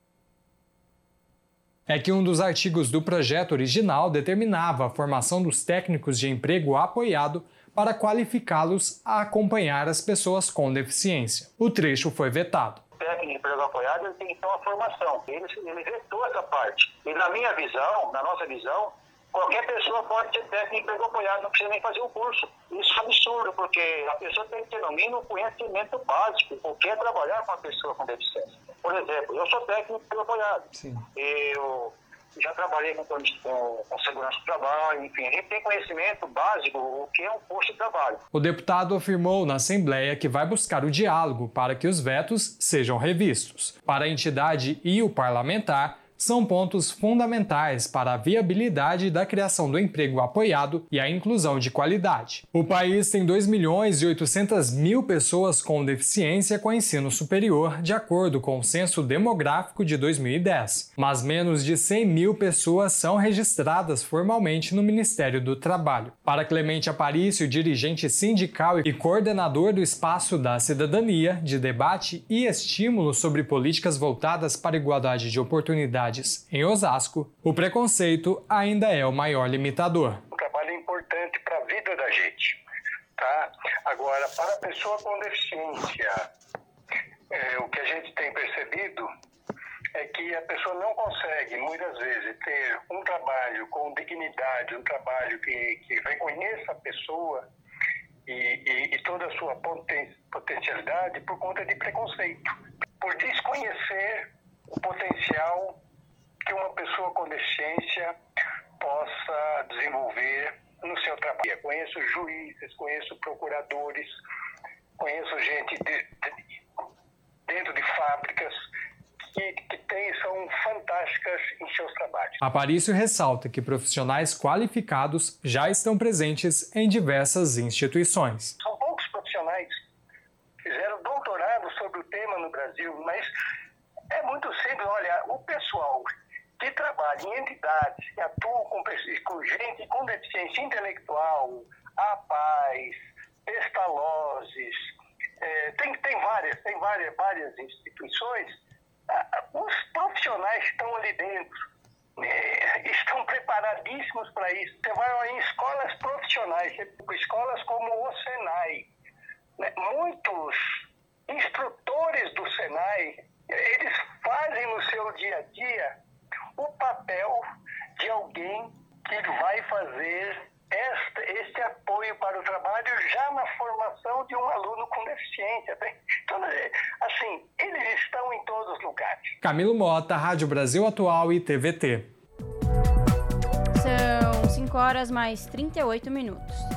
É que um dos artigos do projeto original determinava a formação dos técnicos de emprego apoiado para qualificá-los a acompanhar as pessoas com deficiência. O trecho foi vetado. O técnico de emprego apoiado ele tem que ter uma formação. Ele vetou essa parte. E na minha visão, na nossa visão, qualquer pessoa pode ser técnico de emprego apoiado, não precisa nem fazer um curso. Isso é absurdo, porque a pessoa tem que ter no mínimo um conhecimento básico, o que é trabalhar com uma pessoa com deficiência. Por exemplo, eu sou técnico de emprego apoiado. Sim. Eu já trabalhei com segurança do trabalho, enfim, a gente tem conhecimento básico o que é um posto de trabalho. O deputado afirmou na Assembleia que vai buscar o diálogo para que os vetos sejam revistos. Para a entidade e o parlamentar, são pontos fundamentais para a viabilidade da criação do emprego apoiado e a inclusão de qualidade. O país tem 2.800.000 pessoas com deficiência com ensino superior, de acordo com o Censo Demográfico de 2010, mas menos de 100.000 pessoas são registradas formalmente no Ministério do Trabalho. Para Clemente Aparício, dirigente sindical e coordenador do Espaço da Cidadania, de debate e estímulo sobre políticas voltadas para a igualdade de oportunidades em Osasco, o preconceito ainda é o maior limitador. O trabalho é importante para a vida da gente, tá? Agora, para a pessoa com deficiência, o que a gente tem percebido é que a pessoa não consegue, muitas vezes, ter um trabalho com dignidade, um trabalho que reconheça a pessoa e toda a sua potencialidade por conta de preconceito, por desconhecer o potencial que uma pessoa com deficiência possa desenvolver no seu trabalho. Conheço juízes, conheço procuradores, conheço gente dentro de fábricas que são fantásticas em seus trabalhos. Aparício ressalta que profissionais qualificados já estão presentes em diversas instituições. São poucos profissionais que fizeram doutorado sobre o tema no Brasil, mas é muito simples. Olha, o pessoal que trabalha em entidades que atuam com gente com deficiência intelectual, APAES, Pestalozes, tem várias instituições. Os profissionais que estão ali dentro estão preparadíssimos para isso. Você vai em escolas profissionais, escolas como o Senai, né? Muitos instrutores do Senai, eles fazem no seu dia a dia o papel de alguém que vai fazer este apoio para o trabalho já na formação de um aluno com deficiência. Então, assim, eles estão em todos os lugares. Camilo Mota, Rádio Brasil Atual e TVT. São 5 horas mais 38 minutos.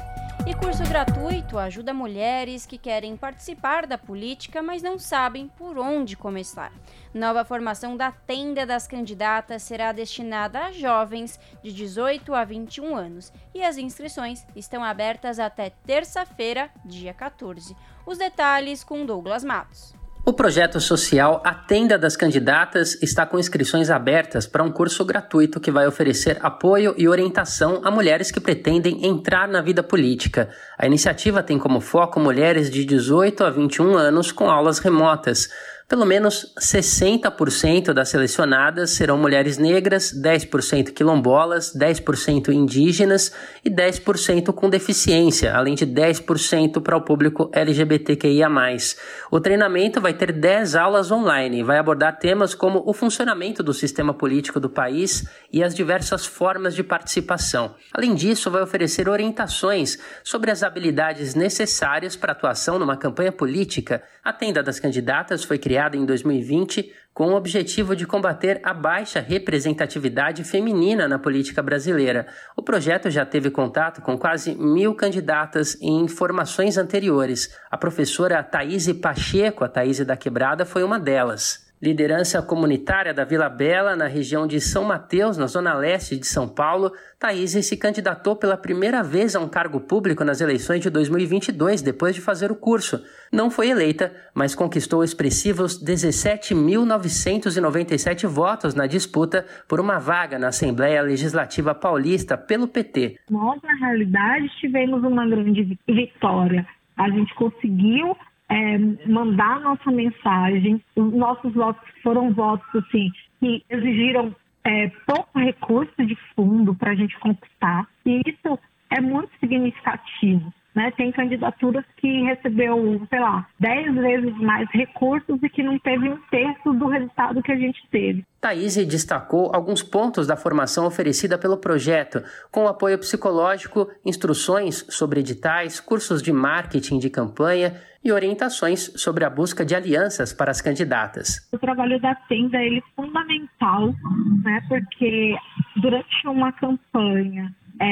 E curso gratuito ajuda mulheres que querem participar da política, mas não sabem por onde começar. Nova formação da Tenda das Candidatas será destinada a jovens de 18 a 21 anos e as inscrições estão abertas até terça-feira, dia 14. Os detalhes com Douglas Matos. O projeto social A Tenda das Candidatas está com inscrições abertas para um curso gratuito que vai oferecer apoio e orientação a mulheres que pretendem entrar na vida política. A iniciativa tem como foco mulheres de 18 a 21 anos com aulas remotas. Pelo menos 60% das selecionadas serão mulheres negras, 10% quilombolas, 10% indígenas e 10% com deficiência, além de 10% para o público LGBTQIA+. O treinamento vai ter 10 aulas online e vai abordar temas como o funcionamento do sistema político do país e as diversas formas de participação. Além disso, vai oferecer orientações sobre as habilidades necessárias para atuação numa campanha política. A Tenda das Candidatas foi criada em 2020 com o objetivo de combater a baixa representatividade feminina na política brasileira. O projeto já teve contato com quase 1.000 candidatas em formações anteriores. A professora Thaís Pacheco, a Thaís da Quebrada, foi uma delas. Liderança comunitária da Vila Bela, na região de São Mateus, na zona leste de São Paulo, Thaís se candidatou pela primeira vez a um cargo público nas eleições de 2022, depois de fazer o curso. Não foi eleita, mas conquistou expressivos 17.997 votos na disputa por uma vaga na Assembleia Legislativa Paulista pelo PT. Nós, na realidade, tivemos uma grande vitória. A gente conseguiu mandar nossa mensagem. Os nossos votos foram votos assim, que exigiram pouco recurso de fundo para a gente conquistar. E isso é muito significativo. Né? Tem candidaturas que recebeu, 10 vezes mais recursos e que não teve 1/3 do resultado que a gente teve. Thaís destacou alguns pontos da formação oferecida pelo projeto, com apoio psicológico, instruções sobre editais, cursos de marketing de campanha e orientações sobre a busca de alianças para as candidatas. O trabalho da Tenda é fundamental, né? Porque durante uma campanha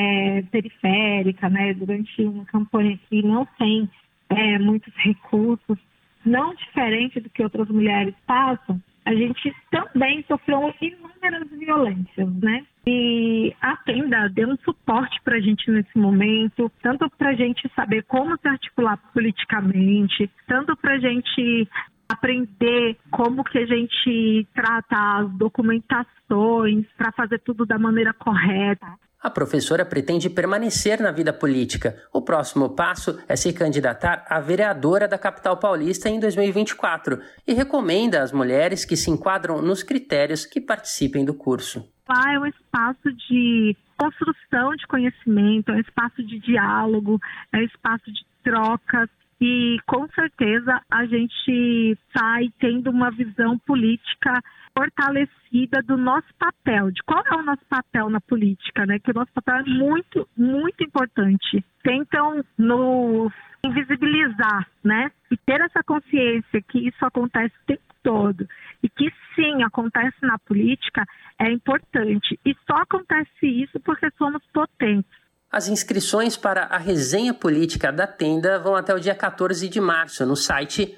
periférica, né, durante uma campanha que não tem muitos recursos, não diferente do que outras mulheres passam, a gente também sofreu inúmeras violências, né? E a Tenda deu um suporte para a gente nesse momento, tanto para a gente saber como se articular politicamente, tanto para a gente aprender como que a gente trata as documentações para fazer tudo da maneira correta. A professora pretende permanecer na vida política. O próximo passo é se candidatar a vereadora da capital paulista em 2024 e recomenda às mulheres que se enquadram nos critérios que participem do curso. Lá é um espaço de construção de conhecimento, é um espaço de diálogo, é um espaço de trocas e com certeza a gente sai tendo uma visão política fortalecida do nosso papel, de qual é o nosso papel na política, né? Que o nosso papel é muito, muito importante. Tentam nos invisibilizar, né? E ter essa consciência que isso acontece o tempo todo e que sim, acontece na política, é importante. E só acontece isso porque somos potentes. As inscrições para a resenha política da Tenda vão até o dia 14 de março no site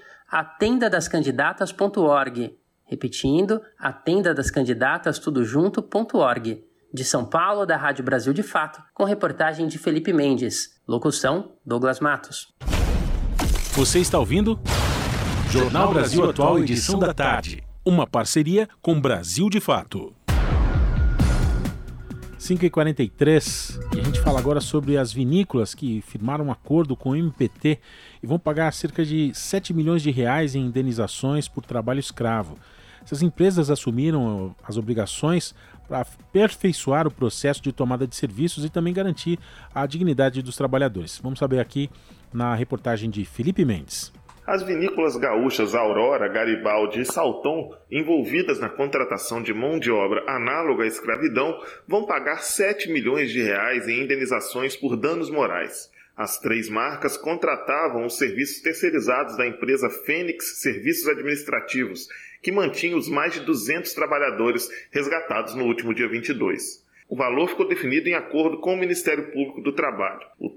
atendadascandidatas.org. Repetindo, atendadascandidatas.org. De São Paulo, da Rádio Brasil de Fato, com reportagem de Felipe Mendes. Locução, Douglas Matos. Você está ouvindo? Jornal Brasil Atual, edição da tarde. Uma parceria com Brasil de Fato. 5h43, e a gente fala agora sobre as vinícolas que firmaram um acordo com o MPT e vão pagar cerca de 7 milhões de reais em indenizações por trabalho escravo. Essas empresas assumiram as obrigações para aperfeiçoar o processo de tomada de serviços e também garantir a dignidade dos trabalhadores. Vamos saber aqui na reportagem de Felipe Mendes. As vinícolas gaúchas Aurora, Garibaldi e Salton, envolvidas na contratação de mão de obra análoga à escravidão, vão pagar 7 milhões de reais em indenizações por danos morais. As 3 marcas contratavam os serviços terceirizados da empresa Fênix Serviços Administrativos, que mantinha os mais de 200 trabalhadores resgatados no último dia 22. O valor ficou definido em acordo com o Ministério Público do Trabalho. O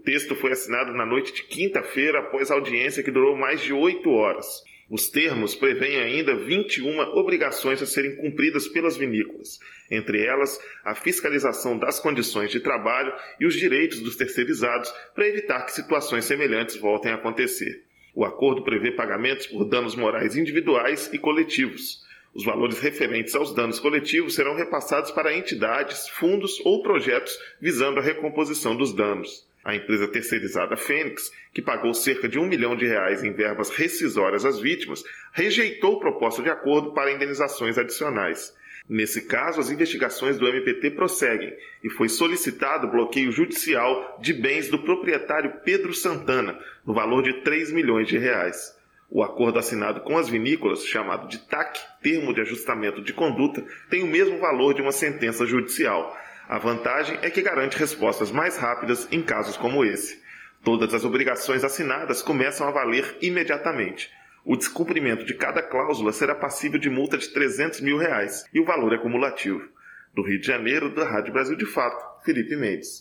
texto foi assinado na noite de quinta-feira após audiência que durou mais de 8 horas. Os termos prevêem ainda 21 obrigações a serem cumpridas pelas vinícolas, entre elas a fiscalização das condições de trabalho e os direitos dos terceirizados para evitar que situações semelhantes voltem a acontecer. O acordo prevê pagamentos por danos morais individuais e coletivos. Os valores referentes aos danos coletivos serão repassados para entidades, fundos ou projetos visando a recomposição dos danos. A empresa terceirizada Fênix, que pagou cerca de R$1 milhão em verbas rescisórias às vítimas, rejeitou proposta de acordo para indenizações adicionais. Nesse caso, as investigações do MPT prosseguem e foi solicitado bloqueio judicial de bens do proprietário Pedro Santana, no valor de R$3 milhões. O acordo assinado com as vinícolas, chamado de TAC, Termo de Ajustamento de Conduta, tem o mesmo valor de uma sentença judicial. A vantagem é que garante respostas mais rápidas em casos como esse. Todas as obrigações assinadas começam a valer imediatamente. O descumprimento de cada cláusula será passível de multa de R$300 mil e o valor é cumulativo. Do Rio de Janeiro, da Rádio Brasil de Fato, Felipe Mendes.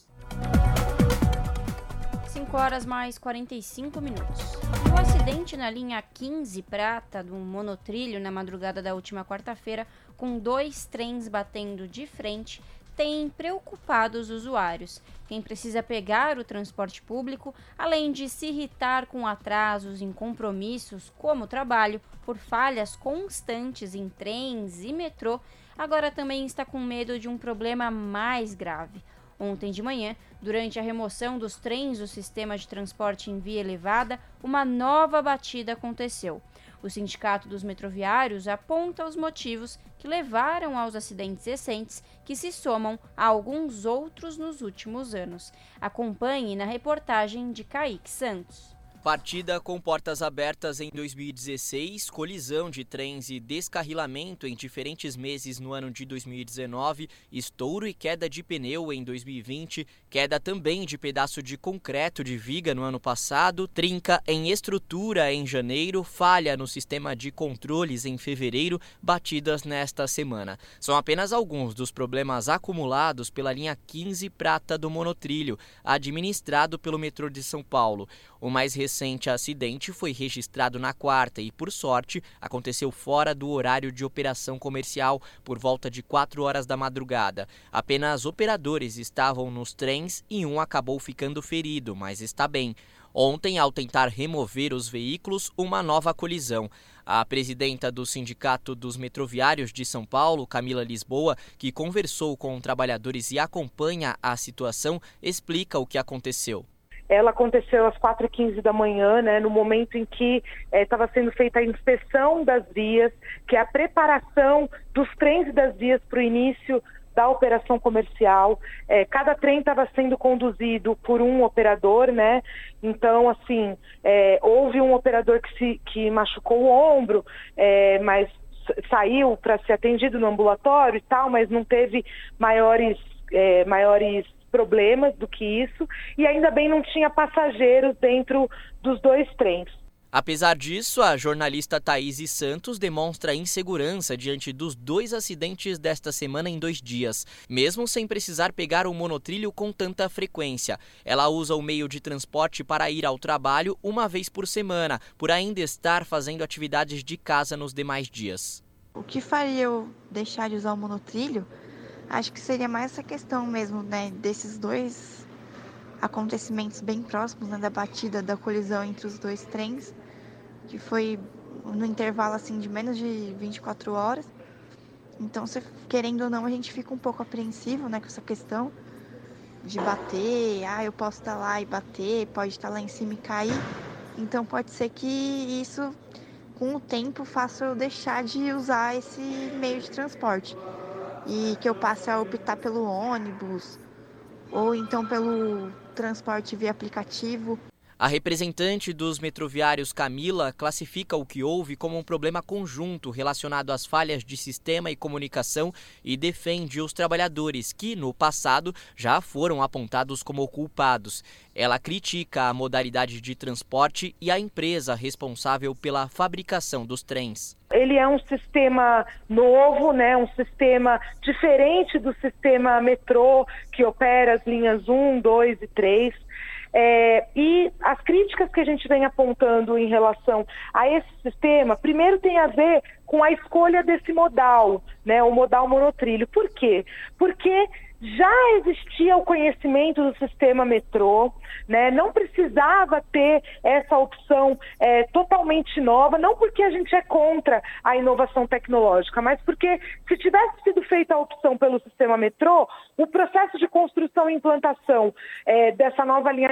5h mais 45 minutos. O acidente na linha 15 prata do monotrilho na madrugada da última quarta-feira, com 2 trens batendo de frente, tem preocupado os usuários. Quem precisa pegar o transporte público, além de se irritar com atrasos em compromissos como o trabalho, por falhas constantes em trens e metrô, agora também está com medo de um problema mais grave. Ontem de manhã, durante a remoção dos trens do sistema de transporte em via elevada, uma nova batida aconteceu. O Sindicato dos Metroviários aponta os motivos que levaram aos acidentes recentes, que se somam a alguns outros nos últimos anos. Acompanhe na reportagem de Kaique Santos. Partida com portas abertas em 2016, colisão de trens e descarrilamento em diferentes meses no ano de 2019, estouro e queda de pneu em 2020, queda também de pedaço de concreto de viga no ano passado, trinca em estrutura em janeiro, falha no sistema de controles em fevereiro, batidas nesta semana. São apenas alguns dos problemas acumulados pela linha 15 prata do monotrilho, administrado pelo metrô de São Paulo. O mais recente acidente foi registrado na quarta e, por sorte, aconteceu fora do horário de operação comercial, por volta de 4 horas da madrugada. Apenas operadores estavam nos trens e um acabou ficando ferido, mas está bem. Ontem, ao tentar remover os veículos, uma nova colisão. A presidenta do Sindicato dos Metroviários de São Paulo, Camila Lisboa, que conversou com trabalhadores e acompanha a situação, explica o que aconteceu. Ela aconteceu às 4h15 da manhã, né, no momento em que estava sendo feita a inspeção das vias, que é a preparação dos trens e das vias para o início da operação comercial. Cada trem estava sendo conduzido por um operador, né? Então, assim, houve um operador que machucou o ombro, mas saiu para ser atendido no ambulatório e tal, mas não teve maiores problemas do que isso, e ainda bem não tinha passageiros dentro dos 2 trens. Apesar disso, a jornalista Thaís Santos demonstra insegurança diante dos 2 acidentes desta semana em 2 dias, mesmo sem precisar pegar o monotrilho com tanta frequência. Ela usa o meio de transporte para ir ao trabalho uma vez por semana, por ainda estar fazendo atividades de casa nos demais dias. O que faria eu deixar de usar o monotrilho? Acho que seria mais essa questão mesmo, né, desses 2 acontecimentos bem próximos, né, da batida, da colisão entre os 2 trens, que foi no intervalo assim de menos de 24 horas. Então, querendo ou não, a gente fica um pouco apreensivo, né, com essa questão de bater. Eu posso estar lá e bater, pode estar lá em cima e cair. Então, pode ser que isso, com o tempo, faça eu deixar de usar esse meio de transporte. E que eu passe a optar pelo ônibus ou então pelo transporte via aplicativo. A representante dos metroviários, Camila, classifica o que houve como um problema conjunto relacionado às falhas de sistema e comunicação e defende os trabalhadores que, no passado, já foram apontados como culpados. Ela critica a modalidade de transporte e a empresa responsável pela fabricação dos trens. Ele é um sistema novo, né? Um sistema diferente do sistema metrô, que opera as linhas 1, 2 e 3. E as críticas que a gente vem apontando em relação a esse sistema, primeiro tem a ver com a escolha desse modal, né, o modal monotrilho. Por quê? Porque já existia o conhecimento do sistema metrô, né? Não precisava ter essa opção totalmente nova, não porque a gente é contra a inovação tecnológica, mas porque se tivesse sido feita a opção pelo sistema metrô, o processo de construção e implantação dessa nova linha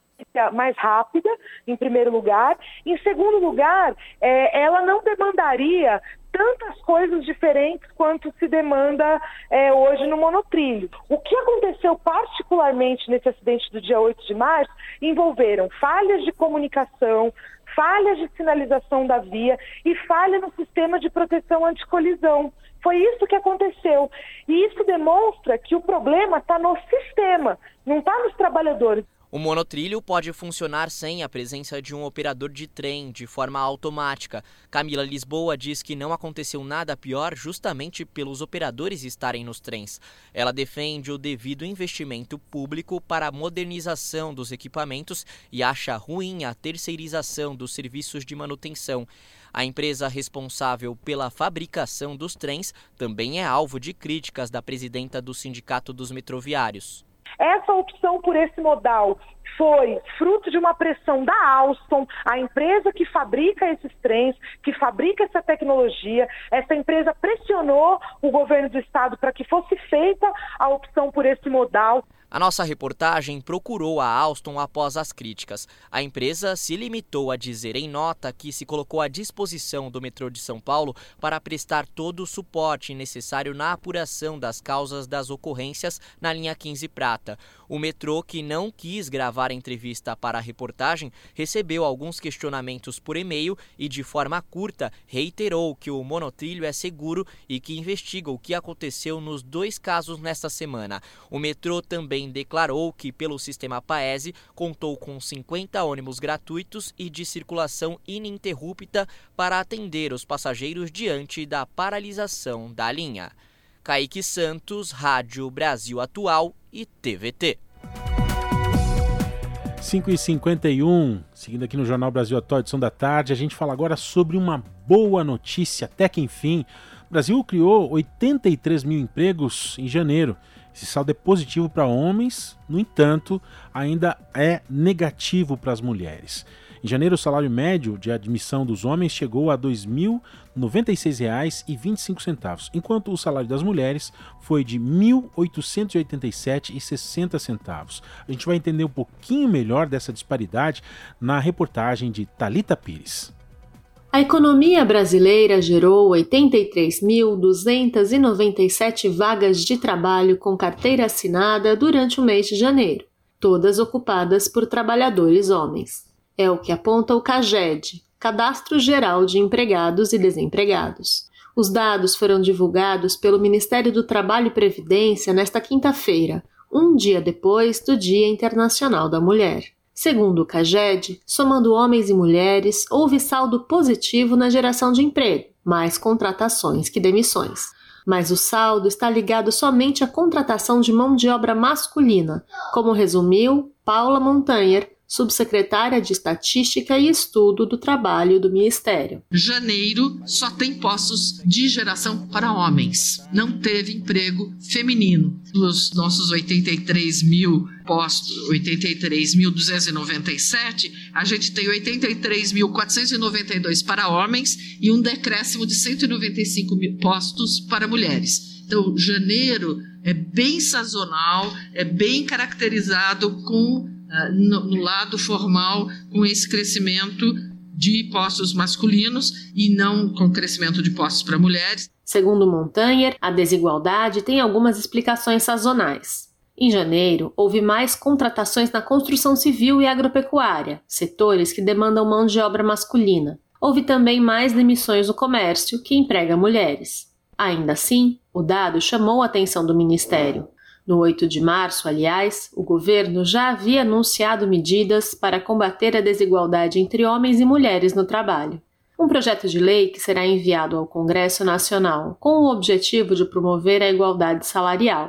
mais rápida, em primeiro lugar. Em segundo lugar, ela não demandaria tantas coisas diferentes quanto se demanda hoje no monotrilho. O que aconteceu particularmente nesse acidente do dia 8 de março envolveram falhas de comunicação, falhas de sinalização da via e falha no sistema de proteção anticolisão. Foi isso que aconteceu. E isso demonstra que o problema está no sistema, não está nos trabalhadores. O monotrilho pode funcionar sem a presença de um operador de trem de forma automática. Camila Lisboa diz que não aconteceu nada pior justamente pelos operadores estarem nos trens. Ela defende o devido investimento público para a modernização dos equipamentos e acha ruim a terceirização dos serviços de manutenção. A empresa responsável pela fabricação dos trens também é alvo de críticas da presidenta do Sindicato dos Metroviários. Essa opção por esse modal foi fruto de uma pressão da Alstom, a empresa que fabrica esses trens, que fabrica essa tecnologia. Essa empresa pressionou o governo do estado para que fosse feita a opção por esse modal. A nossa reportagem procurou a Alstom após as críticas. A empresa se limitou a dizer em nota que se colocou à disposição do metrô de São Paulo para prestar todo o suporte necessário na apuração das causas das ocorrências na linha 15 Prata. O metrô, que não quis gravar a entrevista para a reportagem, recebeu alguns questionamentos por e-mail e, de forma curta, reiterou que o monotrilho é seguro e que investiga o que aconteceu nos 2 casos nesta semana. O metrô também declarou que, pelo sistema Paese, contou com 50 ônibus gratuitos e de circulação ininterrupta para atender os passageiros diante da paralisação da linha. Kaique Santos, Rádio Brasil Atual e TVT. 5h51, seguindo aqui no Jornal Brasil Atual, edição da tarde, a gente fala agora sobre uma boa notícia, até que enfim. O Brasil criou 83 mil empregos em janeiro. Esse saldo é positivo para homens, no entanto, ainda é negativo para as mulheres. Em janeiro, o salário médio de admissão dos homens chegou a R$ 2.096,25, enquanto o salário das mulheres foi de R$ 1.887,60. A gente vai entender um pouquinho melhor dessa disparidade na reportagem de Thalita Pires. A economia brasileira gerou 83.297 vagas de trabalho com carteira assinada durante o mês de janeiro, todas ocupadas por trabalhadores homens. É o que aponta o CAGED, Cadastro Geral de Empregados e Desempregados. Os dados foram divulgados pelo Ministério do Trabalho e Previdência nesta quinta-feira, um dia depois do Dia Internacional da Mulher. Segundo o CAGED, somando homens e mulheres, houve saldo positivo na geração de emprego, mais contratações que demissões. Mas o saldo está ligado somente à contratação de mão de obra masculina, como resumiu Paula Montanher, subsecretária de Estatística e Estudo do Trabalho do Ministério. Janeiro só tem postos de geração para homens. Não teve emprego feminino. Dos nossos 83 mil postos, 83.297, a gente tem 83.492 para homens e um decréscimo de 195 mil postos para mulheres. Então, janeiro é bem sazonal, é bem caracterizado com no lado formal, com esse crescimento de postos masculinos e não com crescimento de postos para mulheres. Segundo Montanher, a desigualdade tem algumas explicações sazonais. Em janeiro, houve mais contratações na construção civil e agropecuária, setores que demandam mão de obra masculina. Houve também mais demissões no comércio, que emprega mulheres. Ainda assim, o dado chamou a atenção do Ministério. No 8 de março, aliás, o governo já havia anunciado medidas para combater a desigualdade entre homens e mulheres no trabalho. Um projeto de lei que será enviado ao Congresso Nacional com o objetivo de promover a igualdade salarial.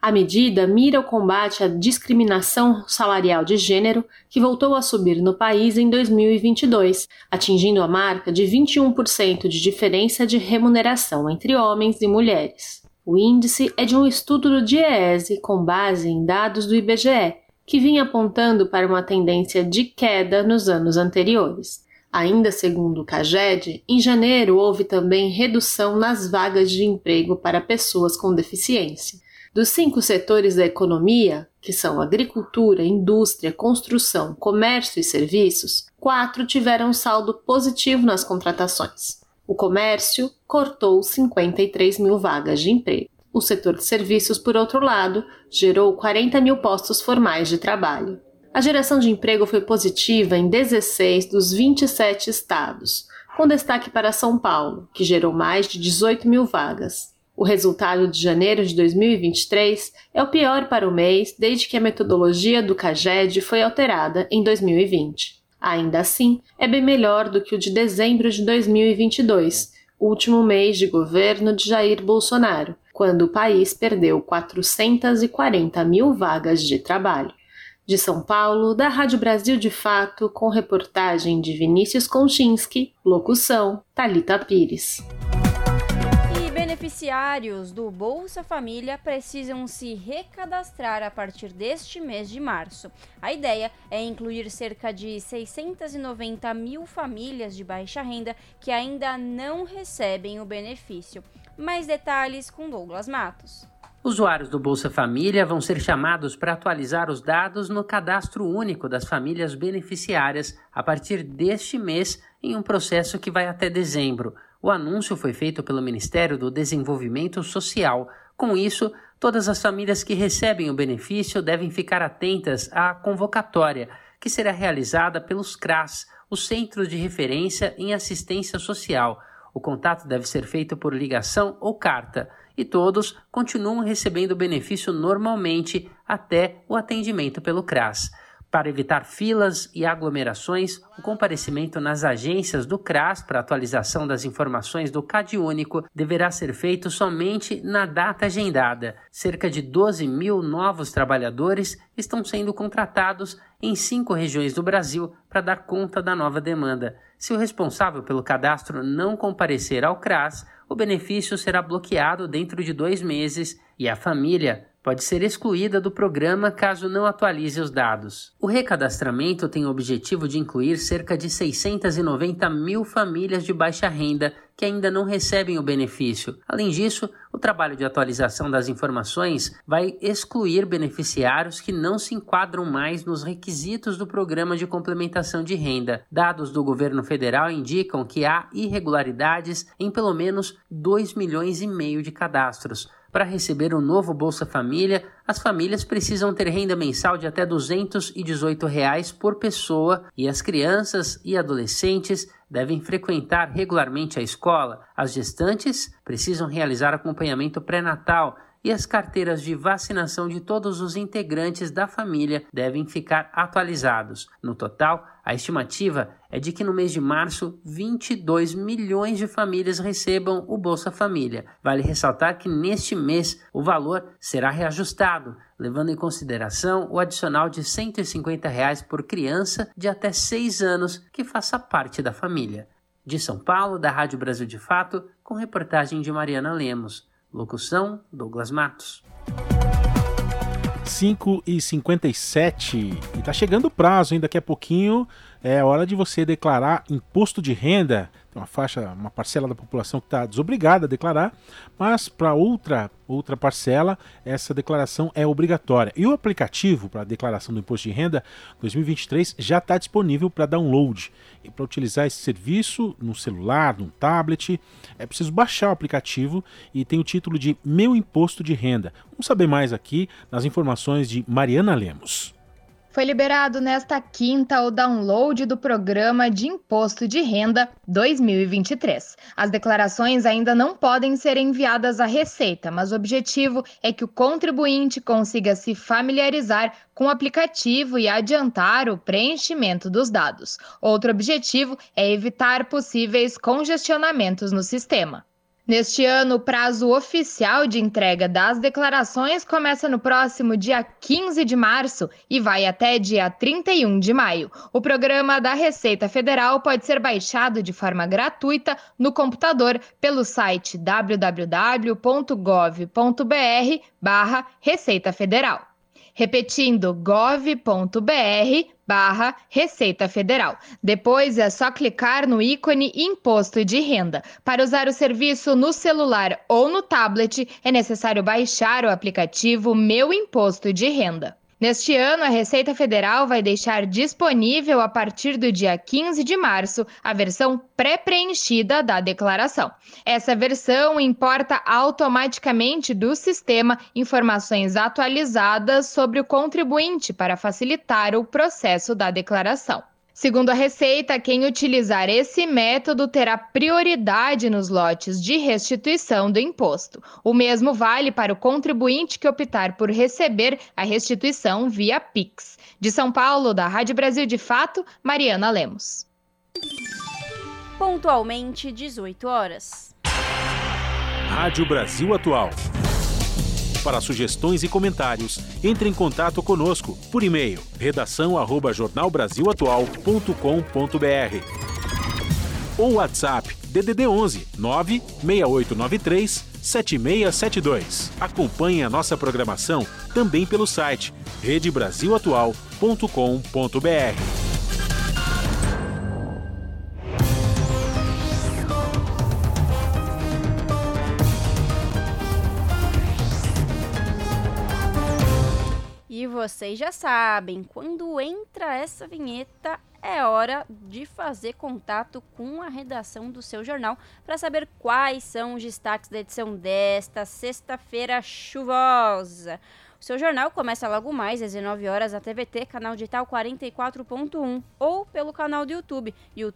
A medida mira o combate à discriminação salarial de gênero, que voltou a subir no país em 2022, atingindo a marca de 21% de diferença de remuneração entre homens e mulheres. O índice é de um estudo do DIEESE com base em dados do IBGE, que vinha apontando para uma tendência de queda nos anos anteriores. Ainda segundo o CAGED, em janeiro houve também redução nas vagas de emprego para pessoas com deficiência. Dos 5 setores da economia, que são agricultura, indústria, construção, comércio e serviços, 4 tiveram saldo positivo nas contratações. O comércio cortou 53 mil vagas de emprego. O setor de serviços, por outro lado, gerou 40 mil postos formais de trabalho. A geração de emprego foi positiva em 16 dos 27 estados, com destaque para São Paulo, que gerou mais de 18 mil vagas. O resultado de janeiro de 2023 é o pior para o mês desde que a metodologia do CAGED foi alterada em 2020. Ainda assim, é bem melhor do que o de dezembro de 2022, último mês de governo de Jair Bolsonaro, quando o país perdeu 440 mil vagas de trabalho. De São Paulo, da Rádio Brasil de Fato, com reportagem de Vinícius Konchinski, locução Thalita Pires. Beneficiários do Bolsa Família precisam se recadastrar a partir deste mês de março. A ideia é incluir cerca de 690 mil famílias de baixa renda que ainda não recebem o benefício. Mais detalhes com Douglas Matos. Usuários do Bolsa Família vão ser chamados para atualizar os dados no Cadastro Único das Famílias Beneficiárias a partir deste mês, em um processo que vai até dezembro. O anúncio foi feito pelo Ministério do Desenvolvimento Social. Com isso, todas as famílias que recebem o benefício devem ficar atentas à convocatória, que será realizada pelos CRAS, os Centros de Referência em Assistência Social. O contato deve ser feito por ligação ou carta, e todos continuam recebendo o benefício normalmente até o atendimento pelo CRAS. Para evitar filas e aglomerações, o comparecimento nas agências do CRAS para atualização das informações do CadÚnico deverá ser feito somente na data agendada. Cerca de 12 mil novos trabalhadores estão sendo contratados em 5 regiões do Brasil para dar conta da nova demanda. Se o responsável pelo cadastro não comparecer ao CRAS, o benefício será bloqueado dentro de 2 meses e a família pode ser excluída do programa caso não atualize os dados. O recadastramento tem o objetivo de incluir cerca de 690 mil famílias de baixa renda que ainda não recebem o benefício. Além disso, o trabalho de atualização das informações vai excluir beneficiários que não se enquadram mais nos requisitos do Programa de Complementação de Renda. Dados do governo federal indicam que há irregularidades em pelo menos 2,5 milhões de cadastros. Para receber o novo Bolsa Família, as famílias precisam ter renda mensal de até R$ 218 por pessoa e as crianças e adolescentes devem frequentar regularmente a escola. As gestantes precisam realizar acompanhamento pré-natal e as carteiras de vacinação de todos os integrantes da família devem ficar atualizados. No total, a estimativa é de que no mês de março, 22 milhões de famílias recebam o Bolsa Família. Vale ressaltar que neste mês o valor será reajustado, levando em consideração o adicional de R$ 150 por criança de até 6 anos que faça parte da família. De São Paulo, da Rádio Brasil de Fato, com reportagem de Mariana Lemos. Locução, Douglas Matos. 5h57 e tá chegando o prazo, hein? Daqui a pouquinho é hora de você declarar imposto de renda. Tem uma parcela da população que está desobrigada a declarar, mas para outra parcela essa declaração é obrigatória. E o aplicativo para a declaração do imposto de renda 2023 já está disponível para download. E para utilizar esse serviço no celular, no tablet, é preciso baixar o aplicativo e tem o título de Meu Imposto de Renda. Vamos saber mais aqui nas informações de Mariana Lemos. Foi liberado nesta quinta o download do Programa de Imposto de Renda 2023. As declarações ainda não podem ser enviadas à Receita, mas o objetivo é que o contribuinte consiga se familiarizar com o aplicativo e adiantar o preenchimento dos dados. Outro objetivo é evitar possíveis congestionamentos no sistema. Neste ano, o prazo oficial de entrega das declarações começa no próximo dia 15 de março e vai até dia 31 de maio. O programa da Receita Federal pode ser baixado de forma gratuita no computador pelo site www.gov.br/Receita Federal. Repetindo, gov.br/Receita Federal. Depois é só clicar no ícone Imposto de Renda. Para usar o serviço no celular ou no tablet, é necessário baixar o aplicativo Meu Imposto de Renda. Neste ano, a Receita Federal vai deixar disponível, a partir do dia 15 de março, a versão pré-preenchida da declaração. Essa versão importa automaticamente do sistema informações atualizadas sobre o contribuinte para facilitar o processo da declaração. Segundo a Receita, quem utilizar esse método terá prioridade nos lotes de restituição do imposto. O mesmo vale para o contribuinte que optar por receber a restituição via Pix. De São Paulo, da Rádio Brasil de Fato, Mariana Lemos. Pontualmente, 18 horas. Rádio Brasil Atual. Para sugestões e comentários, entre em contato conosco por e-mail redação@jornalbrasilatual.com.br ou WhatsApp DDD 11 96893 7672. Acompanhe a nossa programação também pelo site redebrasilatual.com.br. E vocês já sabem, quando entra essa vinheta, é hora de fazer contato com a redação do seu jornal para saber quais são os destaques da edição desta sexta-feira chuvosa. O seu jornal começa logo mais às 19 horas na TVT, canal digital 44.1, ou pelo canal do YouTube,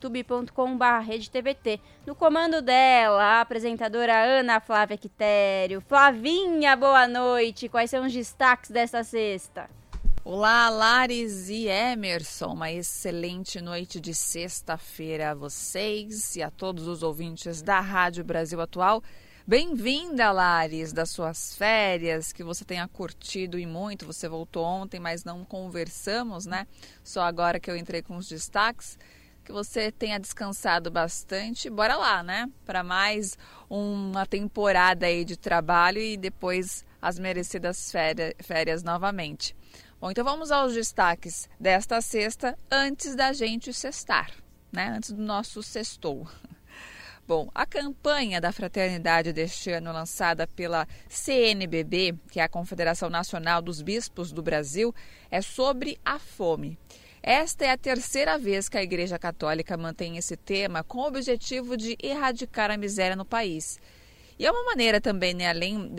youtube.com/redetvt. No comando dela, a apresentadora Ana Flávia Quitério. Flavinha, boa noite. Quais são os destaques desta sexta? Olá, Lares e Emerson. Uma excelente noite de sexta-feira a vocês e a todos os ouvintes da Rádio Brasil Atual. Bem-vinda, Lares, das suas férias, que você tenha curtido e muito. Você voltou ontem, mas não conversamos, né? Só agora que eu entrei com os destaques. Que você tenha descansado bastante. Bora lá, né? Para mais uma temporada aí de trabalho e depois as merecidas férias novamente. Bom, então vamos aos destaques desta sexta, antes da gente sextar, né? Antes do nosso sextou. Bom, a campanha da fraternidade deste ano, lançada pela CNBB, que é a Confederação Nacional dos Bispos do Brasil, é sobre a fome. Esta é a terceira vez que a Igreja Católica mantém esse tema com o objetivo de erradicar a miséria no país. E é uma maneira também, né, além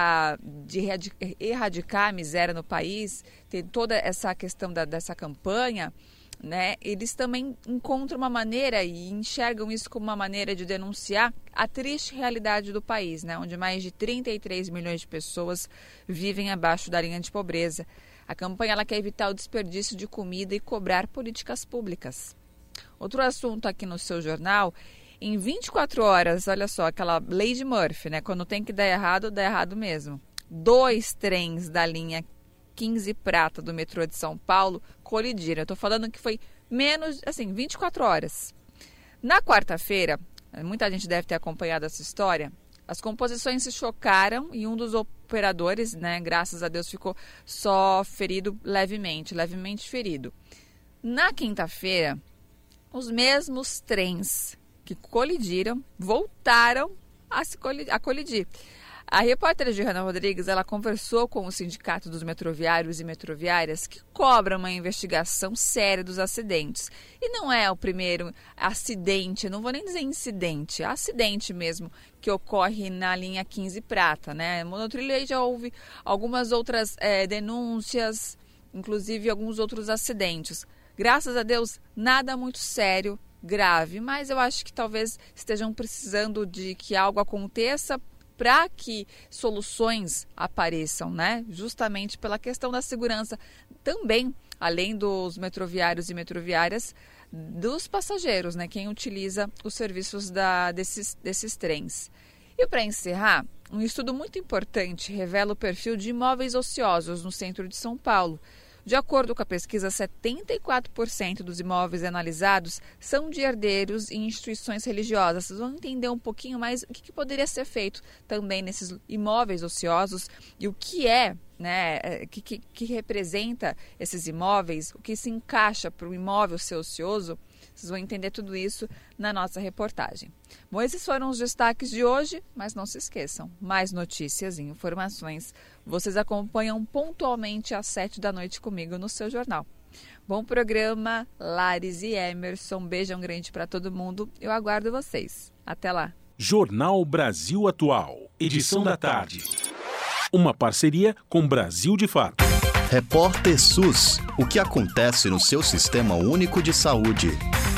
de erradicar a miséria no país, tem toda essa questão dessa campanha, né, eles também encontram uma maneira e enxergam isso como uma maneira de denunciar a triste realidade do país, né, onde mais de 33 milhões de pessoas vivem abaixo da linha de pobreza. A campanha ela quer evitar o desperdício de comida e cobrar políticas públicas. Outro assunto aqui no seu jornal, em 24 horas, olha só, aquela lei de Murphy, né, quando tem que dar errado, dá errado mesmo. 2 trens da linha 15 prata do metrô de São Paulo colidiram. Eu estou falando que foi menos, 24 horas. Na quarta-feira, muita gente deve ter acompanhado essa história, as composições se chocaram e um dos operadores, né, graças a Deus, ficou só ferido levemente ferido. Na quinta-feira, os mesmos trens que colidiram voltaram a colidir. A repórter Giana Rodrigues, ela conversou com o Sindicato dos Metroviários e Metroviárias, que cobra uma investigação séria dos acidentes. E não é o primeiro acidente, não vou nem dizer incidente, é acidente mesmo, que ocorre na linha 15 prata, né? Monotrilho aí já houve algumas outras denúncias, inclusive alguns outros acidentes. Graças a Deus, nada muito sério, grave, mas eu acho que talvez estejam precisando de que algo aconteça para que soluções apareçam, né? Justamente pela questão da segurança também, além dos metroviários e metroviárias, dos passageiros, né? Quem utiliza os serviços desses trens. E para encerrar, um estudo muito importante revela o perfil de imóveis ociosos no centro de São Paulo. De acordo com a pesquisa, 74% dos imóveis analisados são de herdeiros e instituições religiosas. Vocês vão entender um pouquinho mais o que poderia ser feito também nesses imóveis ociosos e o que é, né, que representa esses imóveis, o que se encaixa para o imóvel ser ocioso. Vocês vão entender tudo isso na nossa reportagem. Bom, esses foram os destaques de hoje, mas não se esqueçam, mais notícias e informações vocês acompanham pontualmente às 7h comigo no seu jornal. Bom programa, Lares e Emerson. Beijão grande para todo mundo. Eu aguardo vocês. Até lá. Jornal Brasil Atual, edição da tarde. Uma parceria com Brasil de Fato. Repórter SUS. O que acontece no seu Sistema Único de Saúde?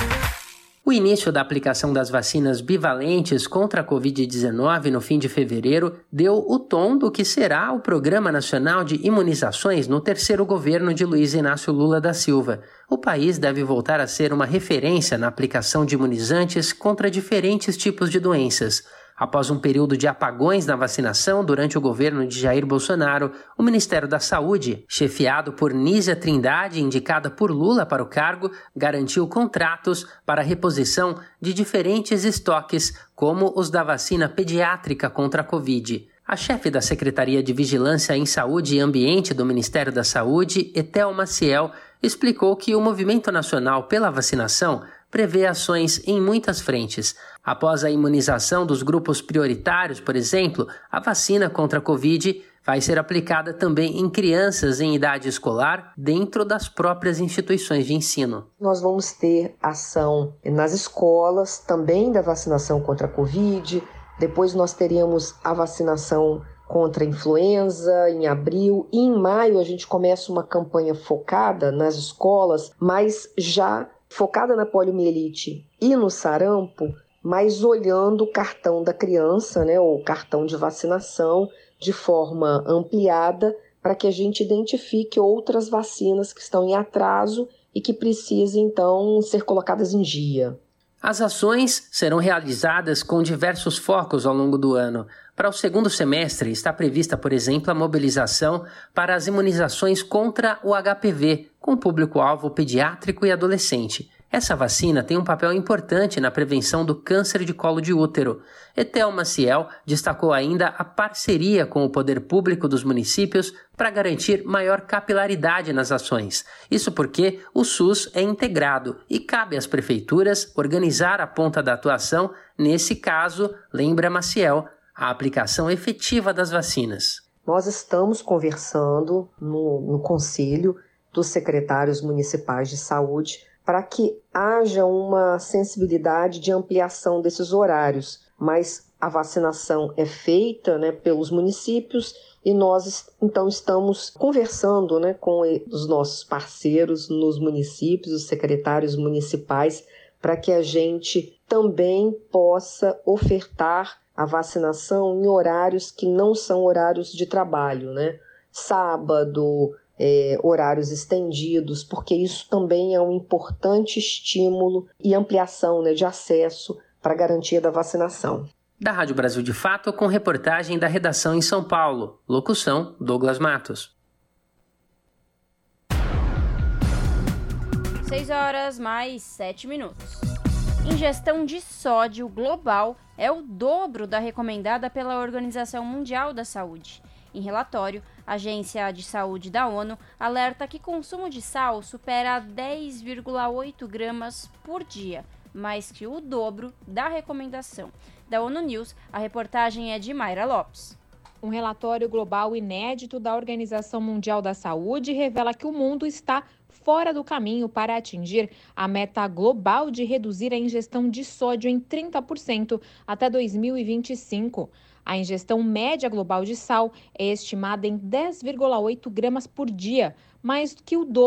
O início da aplicação das vacinas bivalentes contra a Covid-19 no fim de fevereiro deu o tom do que será o Programa Nacional de Imunizações no terceiro governo de Luiz Inácio Lula da Silva. O país deve voltar a ser uma referência na aplicação de imunizantes contra diferentes tipos de doenças. Após um período de apagões na vacinação durante o governo de Jair Bolsonaro, o Ministério da Saúde, chefiado por Nízia Trindade, indicada por Lula para o cargo, garantiu contratos para a reposição de diferentes estoques, como os da vacina pediátrica contra a Covid. A chefe da Secretaria de Vigilância em Saúde e Ambiente do Ministério da Saúde, Etel Maciel, explicou que o Movimento Nacional pela Vacinação prevê ações em muitas frentes. Após a imunização dos grupos prioritários, por exemplo, a vacina contra a Covid vai ser aplicada também em crianças em idade escolar dentro das próprias instituições de ensino. Nós vamos ter ação nas escolas, também da vacinação contra a Covid. Depois nós teríamos a vacinação contra a influenza em abril. E em maio a gente começa uma campanha focada nas escolas, mas já focada na poliomielite e no sarampo, mas olhando o cartão da criança, né, ou cartão de vacinação, de forma ampliada, para que a gente identifique outras vacinas que estão em atraso e que precisem, então, ser colocadas em dia. As ações serão realizadas com diversos focos ao longo do ano. Para o segundo semestre, está prevista, por exemplo, a mobilização para as imunizações contra o HPV, com público-alvo pediátrico e adolescente. Essa vacina tem um papel importante na prevenção do câncer de colo de útero. Etel Maciel destacou ainda a parceria com o poder público dos municípios para garantir maior capilaridade nas ações. Isso porque o SUS é integrado e cabe às prefeituras organizar a ponta da atuação, nesse caso, lembra Maciel, a aplicação efetiva das vacinas. Nós estamos conversando no Conselho dos Secretários Municipais de Saúde para que haja uma sensibilidade de ampliação desses horários, mas a vacinação é feita, né, pelos municípios e nós então estamos conversando, né, com os nossos parceiros nos municípios, os secretários municipais, para que a gente também possa ofertar a vacinação em horários que não são horários de trabalho, né? Sábado, horários estendidos, porque isso também é um importante estímulo e ampliação, né, de acesso para a garantia da vacinação. Da Rádio Brasil de Fato, com reportagem da redação em São Paulo. Locução, Douglas Matos. 6h+7. Ingestão de sódio global é o dobro da recomendada pela Organização Mundial da Saúde. Em relatório, a Agência de Saúde da ONU alerta que consumo de sal supera 10,8 gramas por dia, mais que o dobro da recomendação. Da ONU News, a reportagem é de Mayra Lopes. Um relatório global inédito da Organização Mundial da Saúde revela que o mundo está fora do caminho para atingir a meta global de reduzir a ingestão de sódio em 30% até 2025. A ingestão média global de sal é estimada em 10,8 gramas por dia, mais que o dobro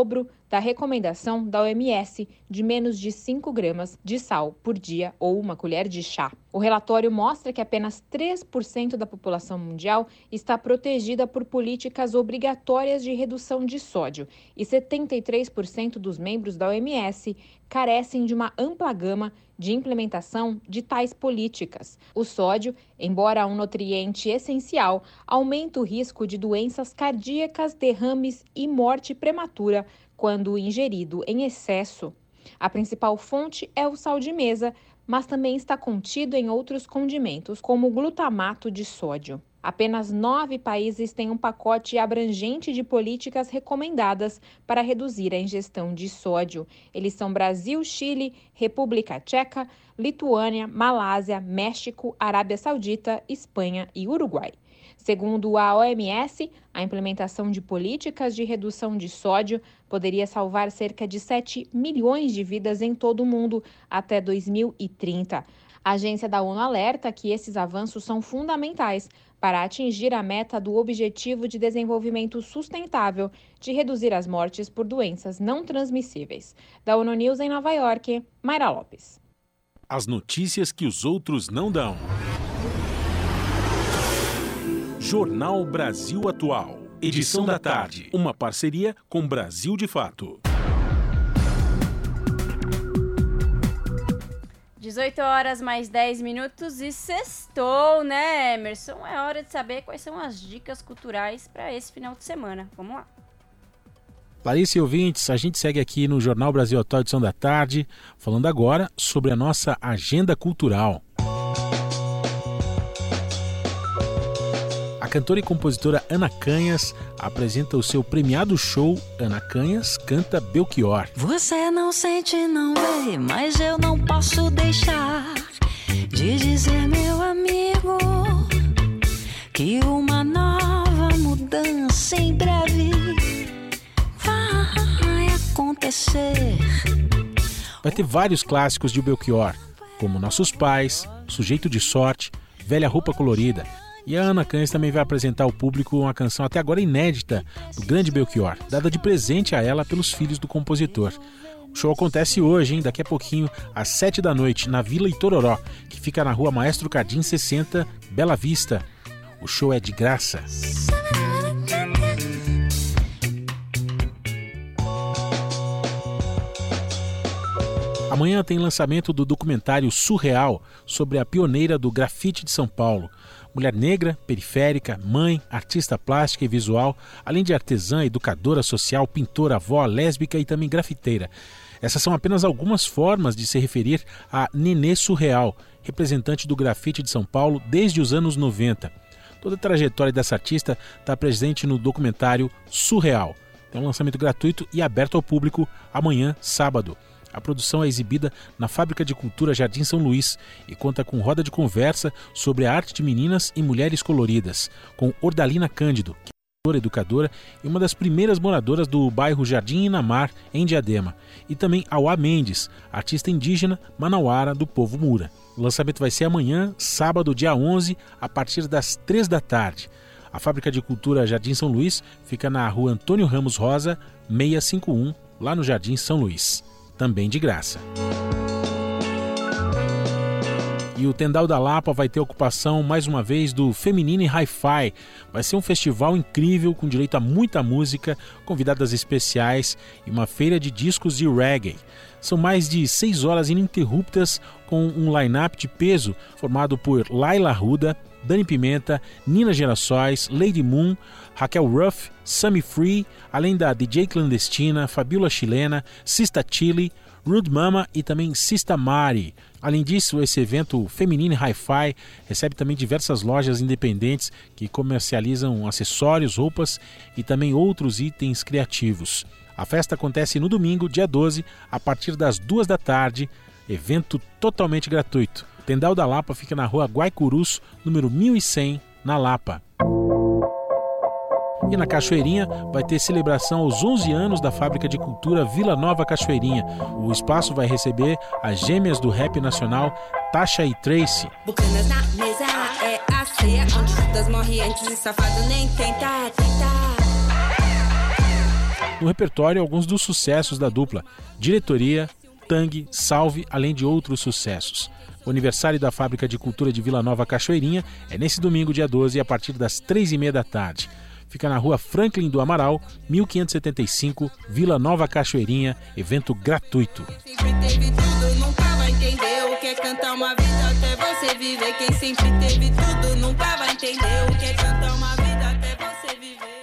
da recomendação da OMS de menos de 5 gramas de sal por dia ou uma colher de chá. O relatório mostra que apenas 3% da população mundial está protegida por políticas obrigatórias de redução de sódio e 73% dos membros da OMS carecem de uma ampla gama de implementação de tais políticas. O sódio, embora um nutriente essencial, aumenta o risco de doenças cardíacas, derrames e morte prematura quando ingerido em excesso. A principal fonte é o sal de mesa, mas também está contido em outros condimentos, como o glutamato de sódio. Apenas 9 países têm um pacote abrangente de políticas recomendadas para reduzir a ingestão de sódio. Eles são Brasil, Chile, República Tcheca, Lituânia, Malásia, México, Arábia Saudita, Espanha e Uruguai. Segundo a OMS, a implementação de políticas de redução de sódio poderia salvar cerca de 7 milhões de vidas em todo o mundo até 2030. A agência da ONU alerta que esses avanços são fundamentais para atingir a meta do Objetivo de Desenvolvimento Sustentável de reduzir as mortes por doenças não transmissíveis. Da ONU News em Nova York, Mayra Lopes. As notícias que os outros não dão. Jornal Brasil Atual. Edição da tarde. Uma parceria com Brasil de Fato. 18 horas mais 10 minutos e sextou, né, Emerson? É hora de saber quais são as dicas culturais para esse final de semana. Vamos lá. Larissa e ouvintes, a gente segue aqui no Jornal Brasil Atual, edição da tarde, falando agora sobre a nossa agenda cultural. A cantora e compositora Ana Canhas apresenta o seu premiado show Ana Canhas Canta Belchior. Você não sente, não vê, mas eu não posso deixar de dizer, meu amigo, que uma nova mudança em breve vai acontecer. Vai ter vários clássicos de Belchior, como Nossos Pais, Sujeito de Sorte, Velha Roupa Colorida. E a Ana Canhas também vai apresentar ao público uma canção até agora inédita do grande Belchior, dada de presente a ela pelos filhos do compositor. O show acontece hoje, hein? Daqui a pouquinho, às 7 da noite, na Vila Itororó, que fica na rua Maestro Cardim 60, Bela Vista. O show é de graça. Amanhã tem lançamento do documentário Surreal sobre a pioneira do grafite de São Paulo. Mulher negra, periférica, mãe, artista plástica e visual, além de artesã, educadora social, pintora, avó, lésbica e também grafiteira. Essas são apenas algumas formas de se referir a Nenê Surreal, representante do grafite de São Paulo desde os anos 90. Toda a trajetória dessa artista está presente no documentário Surreal. Tem um lançamento gratuito e aberto ao público amanhã, sábado. A produção é exibida na Fábrica de Cultura Jardim São Luís e conta com roda de conversa sobre a arte de meninas e mulheres coloridas, com Ordalina Cândido, que é educadora e uma das primeiras moradoras do bairro Jardim Inamar, em Diadema, e também Auá Mendes, artista indígena manauara do povo Mura. O lançamento vai ser amanhã, sábado, dia 11, a partir das 3 da tarde. A Fábrica de Cultura Jardim São Luís fica na rua Antônio Ramos Rosa, 651, lá no Jardim São Luís. Também de graça. E o Tendal da Lapa vai ter ocupação, mais uma vez, do Feminine Hi-Fi. Vai ser um festival incrível, com direito a muita música, convidadas especiais e uma feira de discos de reggae. São mais de 6 horas ininterruptas, com um line-up de peso formado por Laila Arruda, Dani Pimenta, Nina Gerações, Lady Moon, Raquel Ruff, Sammy Free, além da DJ Clandestina, Fabiola Chilena, Sista Chili, Rude Mama e também Sista Mari. Além disso, esse evento Feminine Hi-Fi recebe também diversas lojas independentes que comercializam acessórios, roupas e também outros itens criativos. A festa acontece no domingo, dia 12, a partir das 2 da tarde, evento totalmente gratuito. O Tendal da Lapa fica na rua Guaicurus, número 1100, na Lapa. E na Cachoeirinha vai ter celebração aos 11 anos da Fábrica de Cultura Vila Nova Cachoeirinha. O espaço vai receber as gêmeas do rap nacional, Tasha e Tracy. Bucanas na mesa, é a ceia, onde todas morrem antes e safado nem tenta. no repertório alguns dos sucessos da dupla, Diretoria, Tangue, Salve, além de outros sucessos. O aniversário da Fábrica de Cultura de Vila Nova Cachoeirinha é nesse domingo, dia 12, a partir das 3h30 da tarde. Fica na rua Franklin do Amaral, 1575, Vila Nova Cachoeirinha, evento gratuito. Quem sempre teve tudo nunca vai entender o que é cantar uma vida até você viver. Quem sempre teve tudo nunca vai entender o que é cantar uma vida até você viver.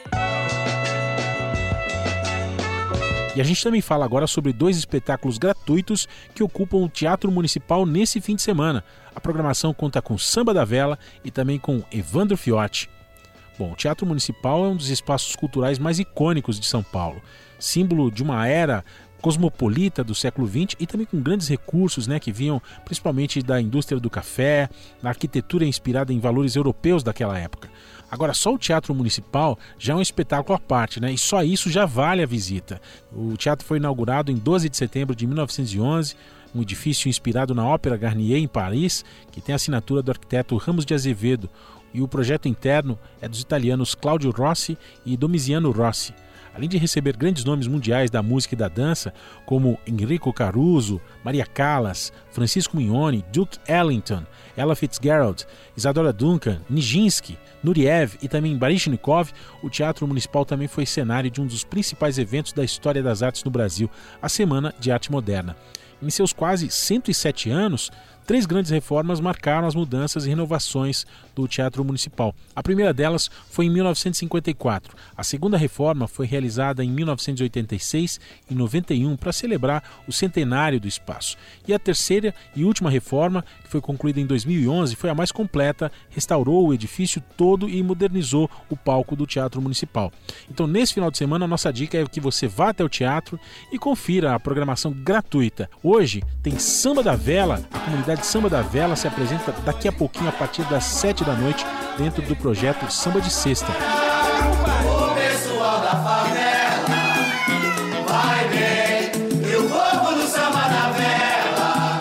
E a gente também fala agora sobre 2 espetáculos gratuitos que ocupam o Teatro Municipal nesse fim de semana. A programação conta com Samba da Vela e também com Evandro Fiotti. Bom, o Teatro Municipal é um dos espaços culturais mais icônicos de São Paulo, símbolo de uma era cosmopolita do século XX e também com grandes recursos, né, que vinham principalmente da indústria do café, da arquitetura inspirada em valores europeus daquela época. Agora, só o Teatro Municipal já é um espetáculo à parte, né, e só isso já vale a visita. O teatro foi inaugurado em 12 de setembro de 1911, um edifício inspirado na Ópera Garnier, em Paris, que tem a assinatura do arquiteto Ramos de Azevedo, e o projeto interno é dos italianos Claudio Rossi e Domiziano Rossi. Além de receber grandes nomes mundiais da música e da dança, como Enrico Caruso, Maria Callas, Francisco Mignone, Duke Ellington, Ella Fitzgerald, Isadora Duncan, Nijinsky, Nureyev e também Baryshnikov, o Teatro Municipal também foi cenário de um dos principais eventos da história das artes no Brasil, a Semana de Arte Moderna. Em seus quase 107 anos, 3 grandes reformas marcaram as mudanças e renovações do Teatro Municipal. A primeira delas foi em 1954. A segunda reforma foi realizada em 1986 e 91 para celebrar o centenário do espaço. E a terceira e última reforma, que foi concluída em 2011, foi a mais completa, restaurou o edifício todo e modernizou o palco do Teatro Municipal. Então, nesse final de semana, a nossa dica é que você vá até o teatro e confira a programação gratuita. Hoje tem Samba da Vela. A comunidade Samba da Vela se apresenta daqui a pouquinho, a partir das 7 da noite, dentro do projeto Samba de Sexta. O pessoal da favela vai bem, e o povo do Samba da Vela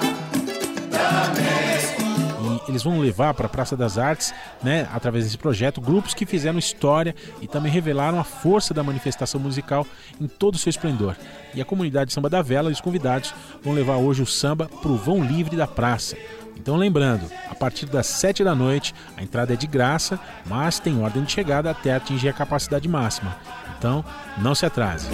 também. E eles vão levar para a Praça das Artes, né, através desse projeto, grupos que fizeram história e também revelaram a força da manifestação musical em todo o seu esplendor. E a comunidade Samba da Vela e os convidados vão levar hoje o samba para o vão livre da praça. Então, lembrando, a partir das 7 da noite, a entrada é de graça, mas tem ordem de chegada até atingir a capacidade máxima. Então, não se atrase.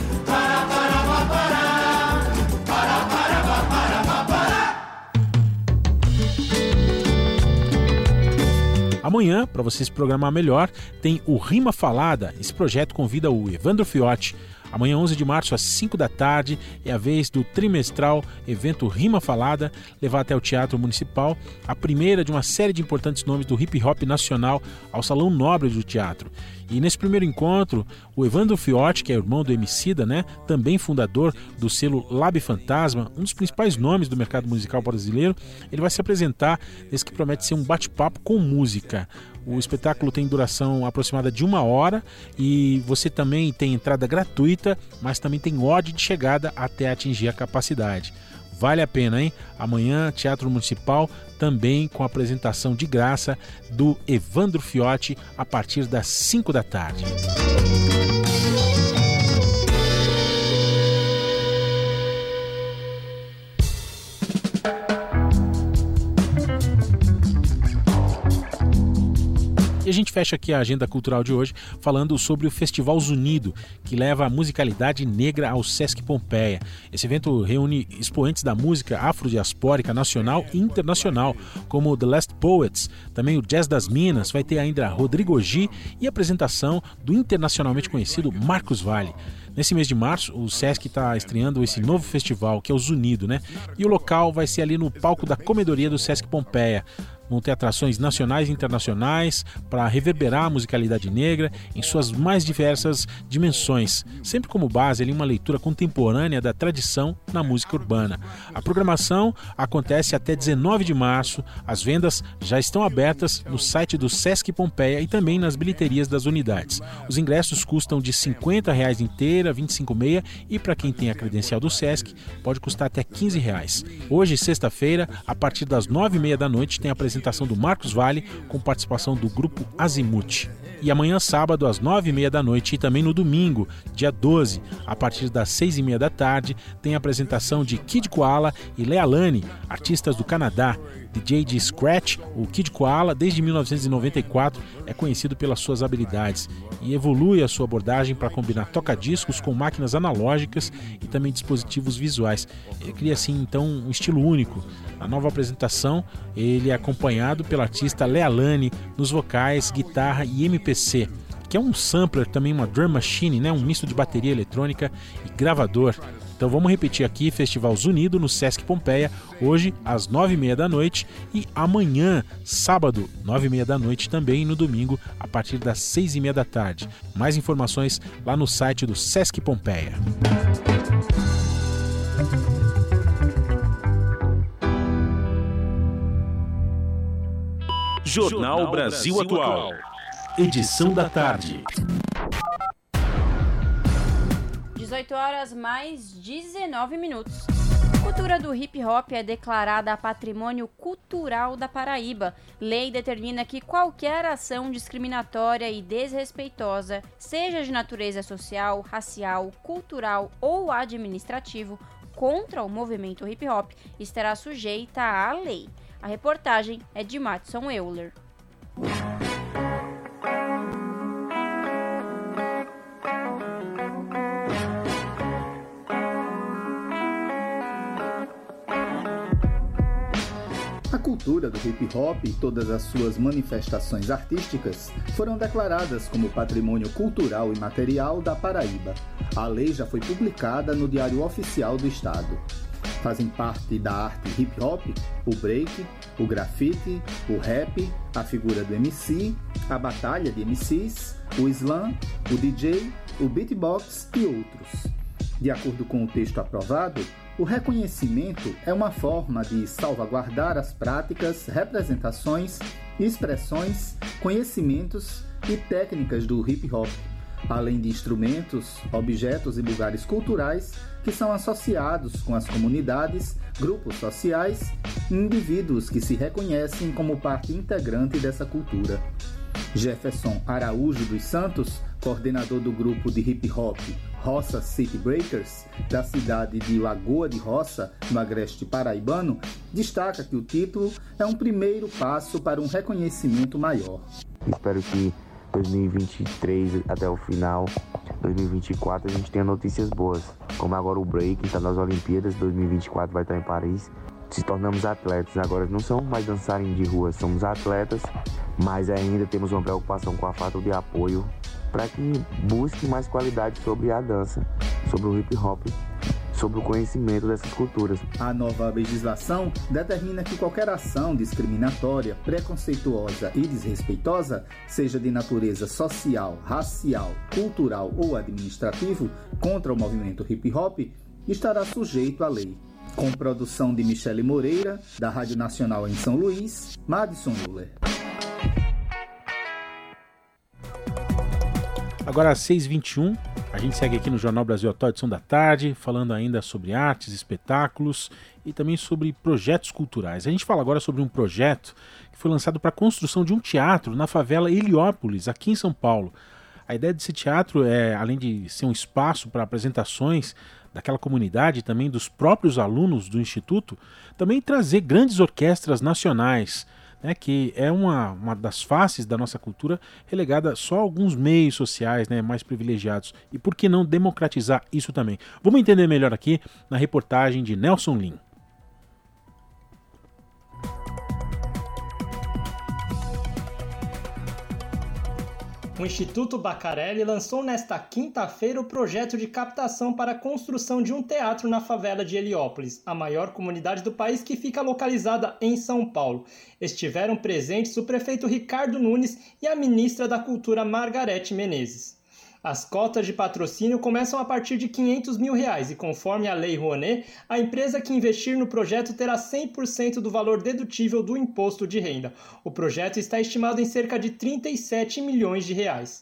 Amanhã, para você se programar melhor, tem o Rima Falada. Esse projeto convida o Evandro Fiotti. Amanhã, 11 de março, às 5 da tarde, é a vez do trimestral evento Rima Falada, levar até o Teatro Municipal a primeira de uma série de importantes nomes do hip-hop nacional ao Salão Nobre do Teatro. E nesse primeiro encontro, o Evandro Fiotti, que é irmão do Emicida, né, também fundador do selo Lab Fantasma, um dos principais nomes do mercado musical brasileiro, ele vai se apresentar nesse que promete ser um bate-papo com música. O espetáculo tem duração aproximada de 1 hora e você também tem entrada gratuita, mas também tem ordem de chegada até atingir a capacidade. Vale a pena, hein? Amanhã, Teatro Municipal, também com a apresentação de graça do Evandro Fiotti a partir das 5 da tarde. E a gente fecha aqui a agenda cultural de hoje falando sobre o Festival Zunido, que leva a musicalidade negra ao Sesc Pompeia. Esse evento reúne expoentes da música afrodiaspórica nacional e internacional, como The Last Poets, também o Jazz das Minas, vai ter ainda Rodrigo G e a apresentação do internacionalmente conhecido Marcos Valle. Nesse mês de março, o Sesc está estreando esse novo festival, que é o Zunido, né? E o local vai ser ali no palco da Comedoria do Sesc Pompeia. Vão ter atrações nacionais e internacionais para reverberar a musicalidade negra em suas mais diversas dimensões, sempre como base ali uma leitura contemporânea da tradição na música urbana. A programação acontece até 19 de março, as vendas já estão abertas no site do Sesc Pompeia e também nas bilheterias das unidades. Os ingressos custam de R$ 50 inteira, R$ 25,5 e para quem tem a credencial do Sesc pode custar até R$ 15. Hoje, sexta-feira, a partir das 9h30 da noite, tem a apresentação apresentação do Marcos Valle, com participação do grupo Azimuth. E amanhã, sábado, às 9h30 da noite, e também no domingo, dia 12, a partir das 6h30 da tarde, tem a apresentação de Kid Koala e Lealani, artistas do Canadá. DJ de Scratch, o Kid Koala, desde 1994, é conhecido pelas suas habilidades e evolui a sua abordagem para combinar toca-discos com máquinas analógicas e também dispositivos visuais. Ele cria, assim, então, um estilo único. Na nova apresentação, ele é acompanhado pela artista Lealani nos vocais, guitarra e MPC, que é um sampler, também uma drum machine, né? Um misto de bateria eletrônica e gravador. Então vamos repetir aqui, Festival Zunido no Sesc Pompeia, hoje às 9h30 da noite e amanhã, sábado, 9h30 da noite também, e no domingo, a partir das 6h30 da tarde. Mais informações lá no site do Sesc Pompeia. Jornal Brasil Atual. Edição da tarde. 18 horas mais 19 minutos. A cultura do hip hop é declarada Patrimônio Cultural da Paraíba. Lei determina que qualquer ação discriminatória e desrespeitosa, seja de natureza social, racial, cultural ou administrativo, contra o movimento hip hop, estará sujeita à lei. A reportagem é de Matson Euler. A cultura do hip-hop e todas as suas manifestações artísticas foram declaradas como Patrimônio Cultural e Material da Paraíba. A lei já foi publicada no Diário Oficial do Estado. Fazem parte da arte hip-hop, o break, o grafite, o rap, a figura do MC, a batalha de MCs, o slam, o DJ, o beatbox e outros. De acordo com o texto aprovado, o reconhecimento é uma forma de salvaguardar as práticas, representações, expressões, conhecimentos e técnicas do hip-hop, além de instrumentos, objetos e lugares culturais que são associados com as comunidades, grupos sociais e indivíduos que se reconhecem como parte integrante dessa cultura. Jefferson Araújo dos Santos, coordenador do grupo de hip-hop Roça City Breakers, da cidade de Lagoa de Roça, no agreste paraibano, destaca que o título é um primeiro passo para um reconhecimento maior. Espero que 2023 até o final, 2024, a gente tenha notícias boas, como agora o break está nas Olimpíadas, 2024 vai estar em Paris. Se tornamos atletas, agora não somos mais dançarem de rua, somos atletas, mas ainda temos uma preocupação com a falta de apoio para que busque mais qualidade sobre a dança, sobre o hip hop, sobre o conhecimento dessas culturas. A nova legislação determina que qualquer ação discriminatória, preconceituosa e desrespeitosa, seja de natureza social, racial, cultural ou administrativo, contra o movimento hip hop, estará sujeito à lei. Com produção de Michele Moreira, da Rádio Nacional em São Luís, Madison Euler. Agora às 6h21, a gente segue aqui no Jornal Brasil Atual, edição da tarde, falando ainda sobre artes, espetáculos e também sobre projetos culturais. A gente fala agora sobre um projeto que foi lançado para a construção de um teatro na favela Heliópolis, aqui em São Paulo. A ideia desse teatro é, além de ser um espaço para apresentações daquela comunidade e também dos próprios alunos do Instituto, também trazer grandes orquestras nacionais, né, que é uma das faces da nossa cultura relegada só a alguns meios sociais, né, mais privilegiados. E por que não democratizar isso também? Vamos entender melhor aqui na reportagem de Nelson Lin. O Instituto Bacarelli lançou nesta quinta-feira o projeto de captação para a construção de um teatro na favela de Heliópolis, a maior comunidade do país que fica localizada em São Paulo. Estiveram presentes o prefeito Ricardo Nunes e a ministra da Cultura Margarete Menezes. As cotas de patrocínio começam a partir de R$500 mil e, conforme a Lei Rouanet, a empresa que investir no projeto terá 100% do valor dedutível do imposto de renda. O projeto está estimado em cerca de R$37 milhões.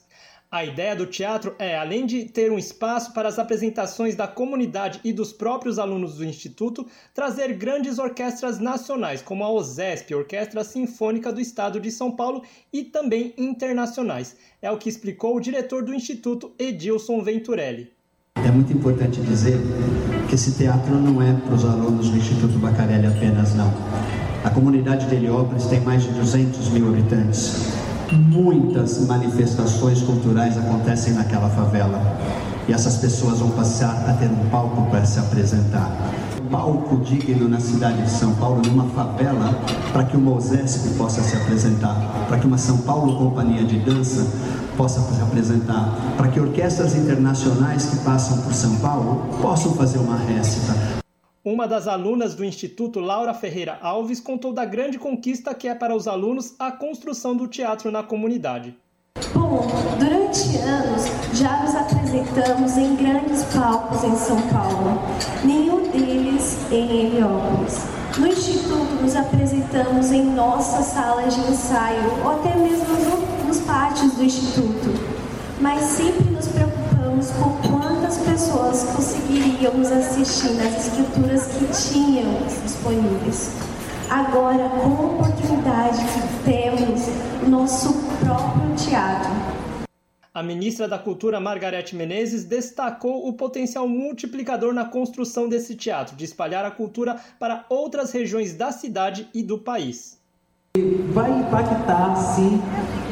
A ideia do teatro é, além de ter um espaço para as apresentações da comunidade e dos próprios alunos do Instituto, trazer grandes orquestras nacionais, como a OSESP, Orquestra Sinfônica do Estado de São Paulo, e também internacionais. É o que explicou o diretor do Instituto, Edilson Venturelli. É muito importante dizer que esse teatro não é para os alunos do Instituto Baccarelli apenas, não. A comunidade de Heliópolis tem mais de 200 mil habitantes. Muitas manifestações culturais acontecem naquela favela e essas pessoas vão passar a ter um palco para se apresentar. Um palco digno na cidade de São Paulo, numa favela, para que uma OSESP possa se apresentar, para que uma São Paulo Companhia de Dança possa se apresentar, para que orquestras internacionais que passam por São Paulo possam fazer uma récita. Uma das alunas do Instituto, Laura Ferreira Alves, contou da grande conquista que é para os alunos a construção do teatro na comunidade. Bom, durante anos já nos apresentamos em grandes palcos em São Paulo, nenhum deles em Heliópolis. No Instituto nos apresentamos em nossas salas de ensaio ou até mesmo nos pátios do Instituto, mas sempre nos preocupamos com quantas pessoas conseguiríamos assistir nas estruturas que tínhamos disponíveis. Agora, com a oportunidade que temos, o nosso próprio teatro. A ministra da Cultura, Margarete Menezes, destacou o potencial multiplicador na construção desse teatro, de espalhar a cultura para outras regiões da cidade e do país. Vai impactar, sim,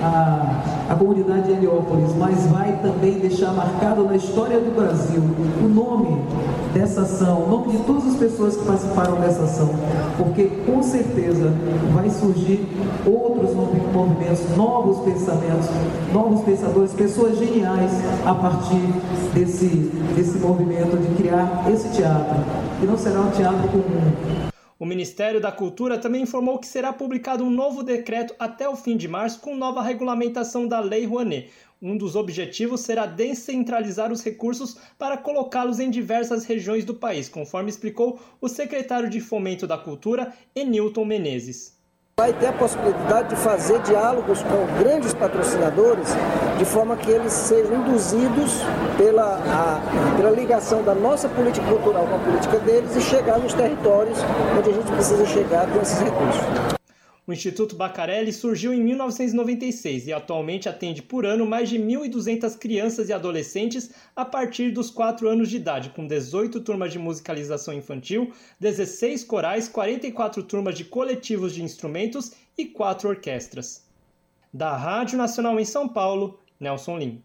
a comunidade de Heliópolis, mas vai também deixar marcado na história do Brasil o nome dessa ação, o nome de todas as pessoas que participaram dessa ação, porque com certeza vai surgir outros movimentos, novos pensamentos, novos pensadores, pessoas geniais a partir desse movimento de criar esse teatro, que não será um teatro comum. O Ministério da Cultura também informou que será publicado um novo decreto até o fim de março com nova regulamentação da Lei Rouanet. Um dos objetivos será descentralizar os recursos para colocá-los em diversas regiões do país, conforme explicou o secretário de Fomento da Cultura, Enilton Menezes. Vai ter a possibilidade de fazer diálogos com grandes patrocinadores, de forma que eles sejam induzidos pela ligação da nossa política cultural com a política deles e chegar nos territórios onde a gente precisa chegar com esses recursos. O Instituto Baccarelli surgiu em 1996 e atualmente atende por ano mais de 1.200 crianças e adolescentes a partir dos 4 anos de idade, com 18 turmas de musicalização infantil, 16 corais, 44 turmas de coletivos de instrumentos e 4 orquestras. Da Rádio Nacional em São Paulo, Nelson Lim.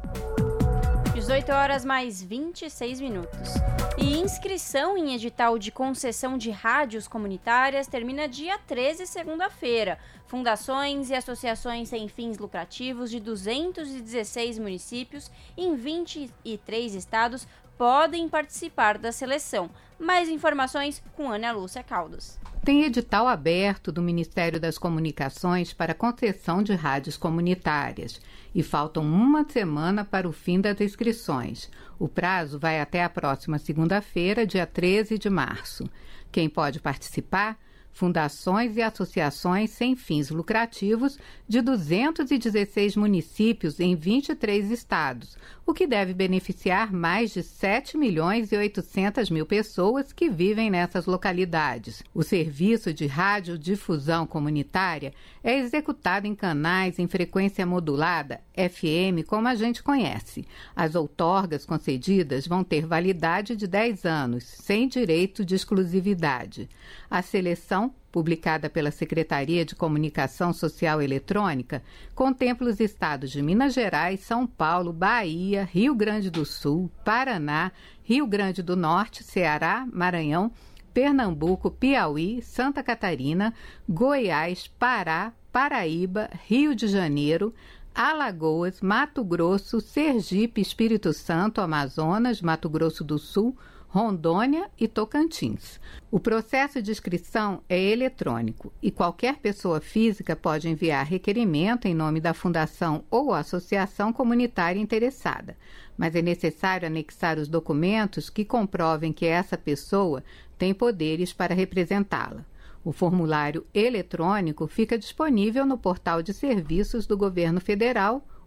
18 horas mais 26 minutos. E inscrição em edital de concessão de rádios comunitárias termina dia 13, segunda-feira. Fundações e associações sem fins lucrativos de 216 municípios em 23 estados podem participar da seleção. Mais informações com Ana Lúcia Caldas. Tem edital aberto do Ministério das Comunicações para concessão de rádios comunitárias e faltam uma semana para o fim das inscrições. O prazo vai até a próxima segunda-feira, dia 13 de março. Quem pode participar? Fundações e associações sem fins lucrativos de 216 municípios em 23 estados, o que deve beneficiar mais de 7.800.000 pessoas que vivem nessas localidades. O serviço de radiodifusão comunitária é executado em canais em frequência modulada, FM, como a gente conhece. As outorgas concedidas vão ter validade de 10 anos, sem direito de exclusividade. A seleção, publicada pela Secretaria de Comunicação Social Eletrônica, contempla os estados de Minas Gerais, São Paulo, Bahia, Rio Grande do Sul, Paraná, Rio Grande do Norte, Ceará, Maranhão, Pernambuco, Piauí, Santa Catarina, Goiás, Pará, Paraíba, Rio de Janeiro, Alagoas, Mato Grosso, Sergipe, Espírito Santo, Amazonas, Mato Grosso do Sul, Rondônia e Tocantins. O processo de inscrição é eletrônico e qualquer pessoa física pode enviar requerimento em nome da fundação ou associação comunitária interessada, mas é necessário anexar os documentos que comprovem que essa pessoa tem poderes para representá-la. O formulário eletrônico fica disponível no portal de serviços do Governo Federal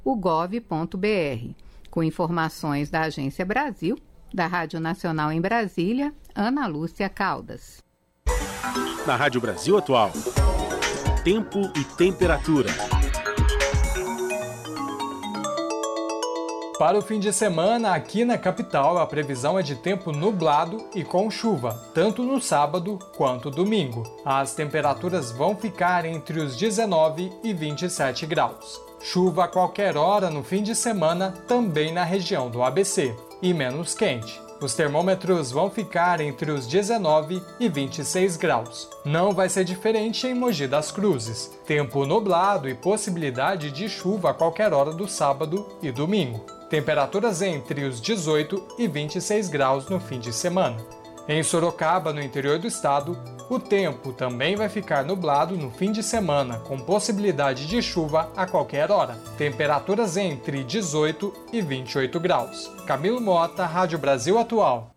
Com informações da Agência Brasil, da Rádio Nacional em Brasília, Ana Lúcia Caldas. Na Rádio Brasil Atual, tempo e temperatura. Para o fim de semana, aqui na capital, a previsão é de tempo nublado e com chuva, tanto no sábado quanto domingo. As temperaturas vão ficar entre os 19 e 27 graus. Chuva a qualquer hora no fim de semana, também na região do ABC, e menos quente. Os termômetros vão ficar entre os 19 e 26 graus. Não vai ser diferente em Mogi das Cruzes. Tempo nublado e possibilidade de chuva a qualquer hora do sábado e domingo. Temperaturas entre os 18 e 26 graus no fim de semana. Em Sorocaba, no interior do estado, o tempo também vai ficar nublado no fim de semana, com possibilidade de chuva a qualquer hora. Temperaturas entre 18 e 28 graus. Camilo Mota, Rádio Brasil Atual.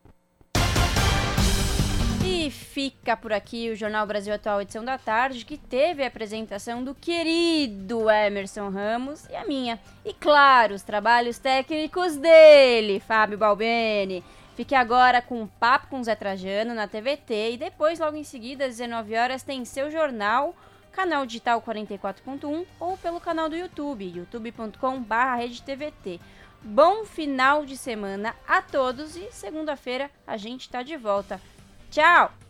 E fica por aqui o Jornal Brasil Atual, edição da tarde, que teve a apresentação do querido Emerson Ramos e a minha. E claro, os trabalhos técnicos dele, Fábio Balbeni. Fique agora com um papo com Zé Trajano na TVT e depois, logo em seguida, às 19 horas, tem seu jornal, canal digital 44.1 ou pelo canal do YouTube, youtube.com/redetvt. Bom final de semana a todos e segunda-feira a gente está de volta. Tchau!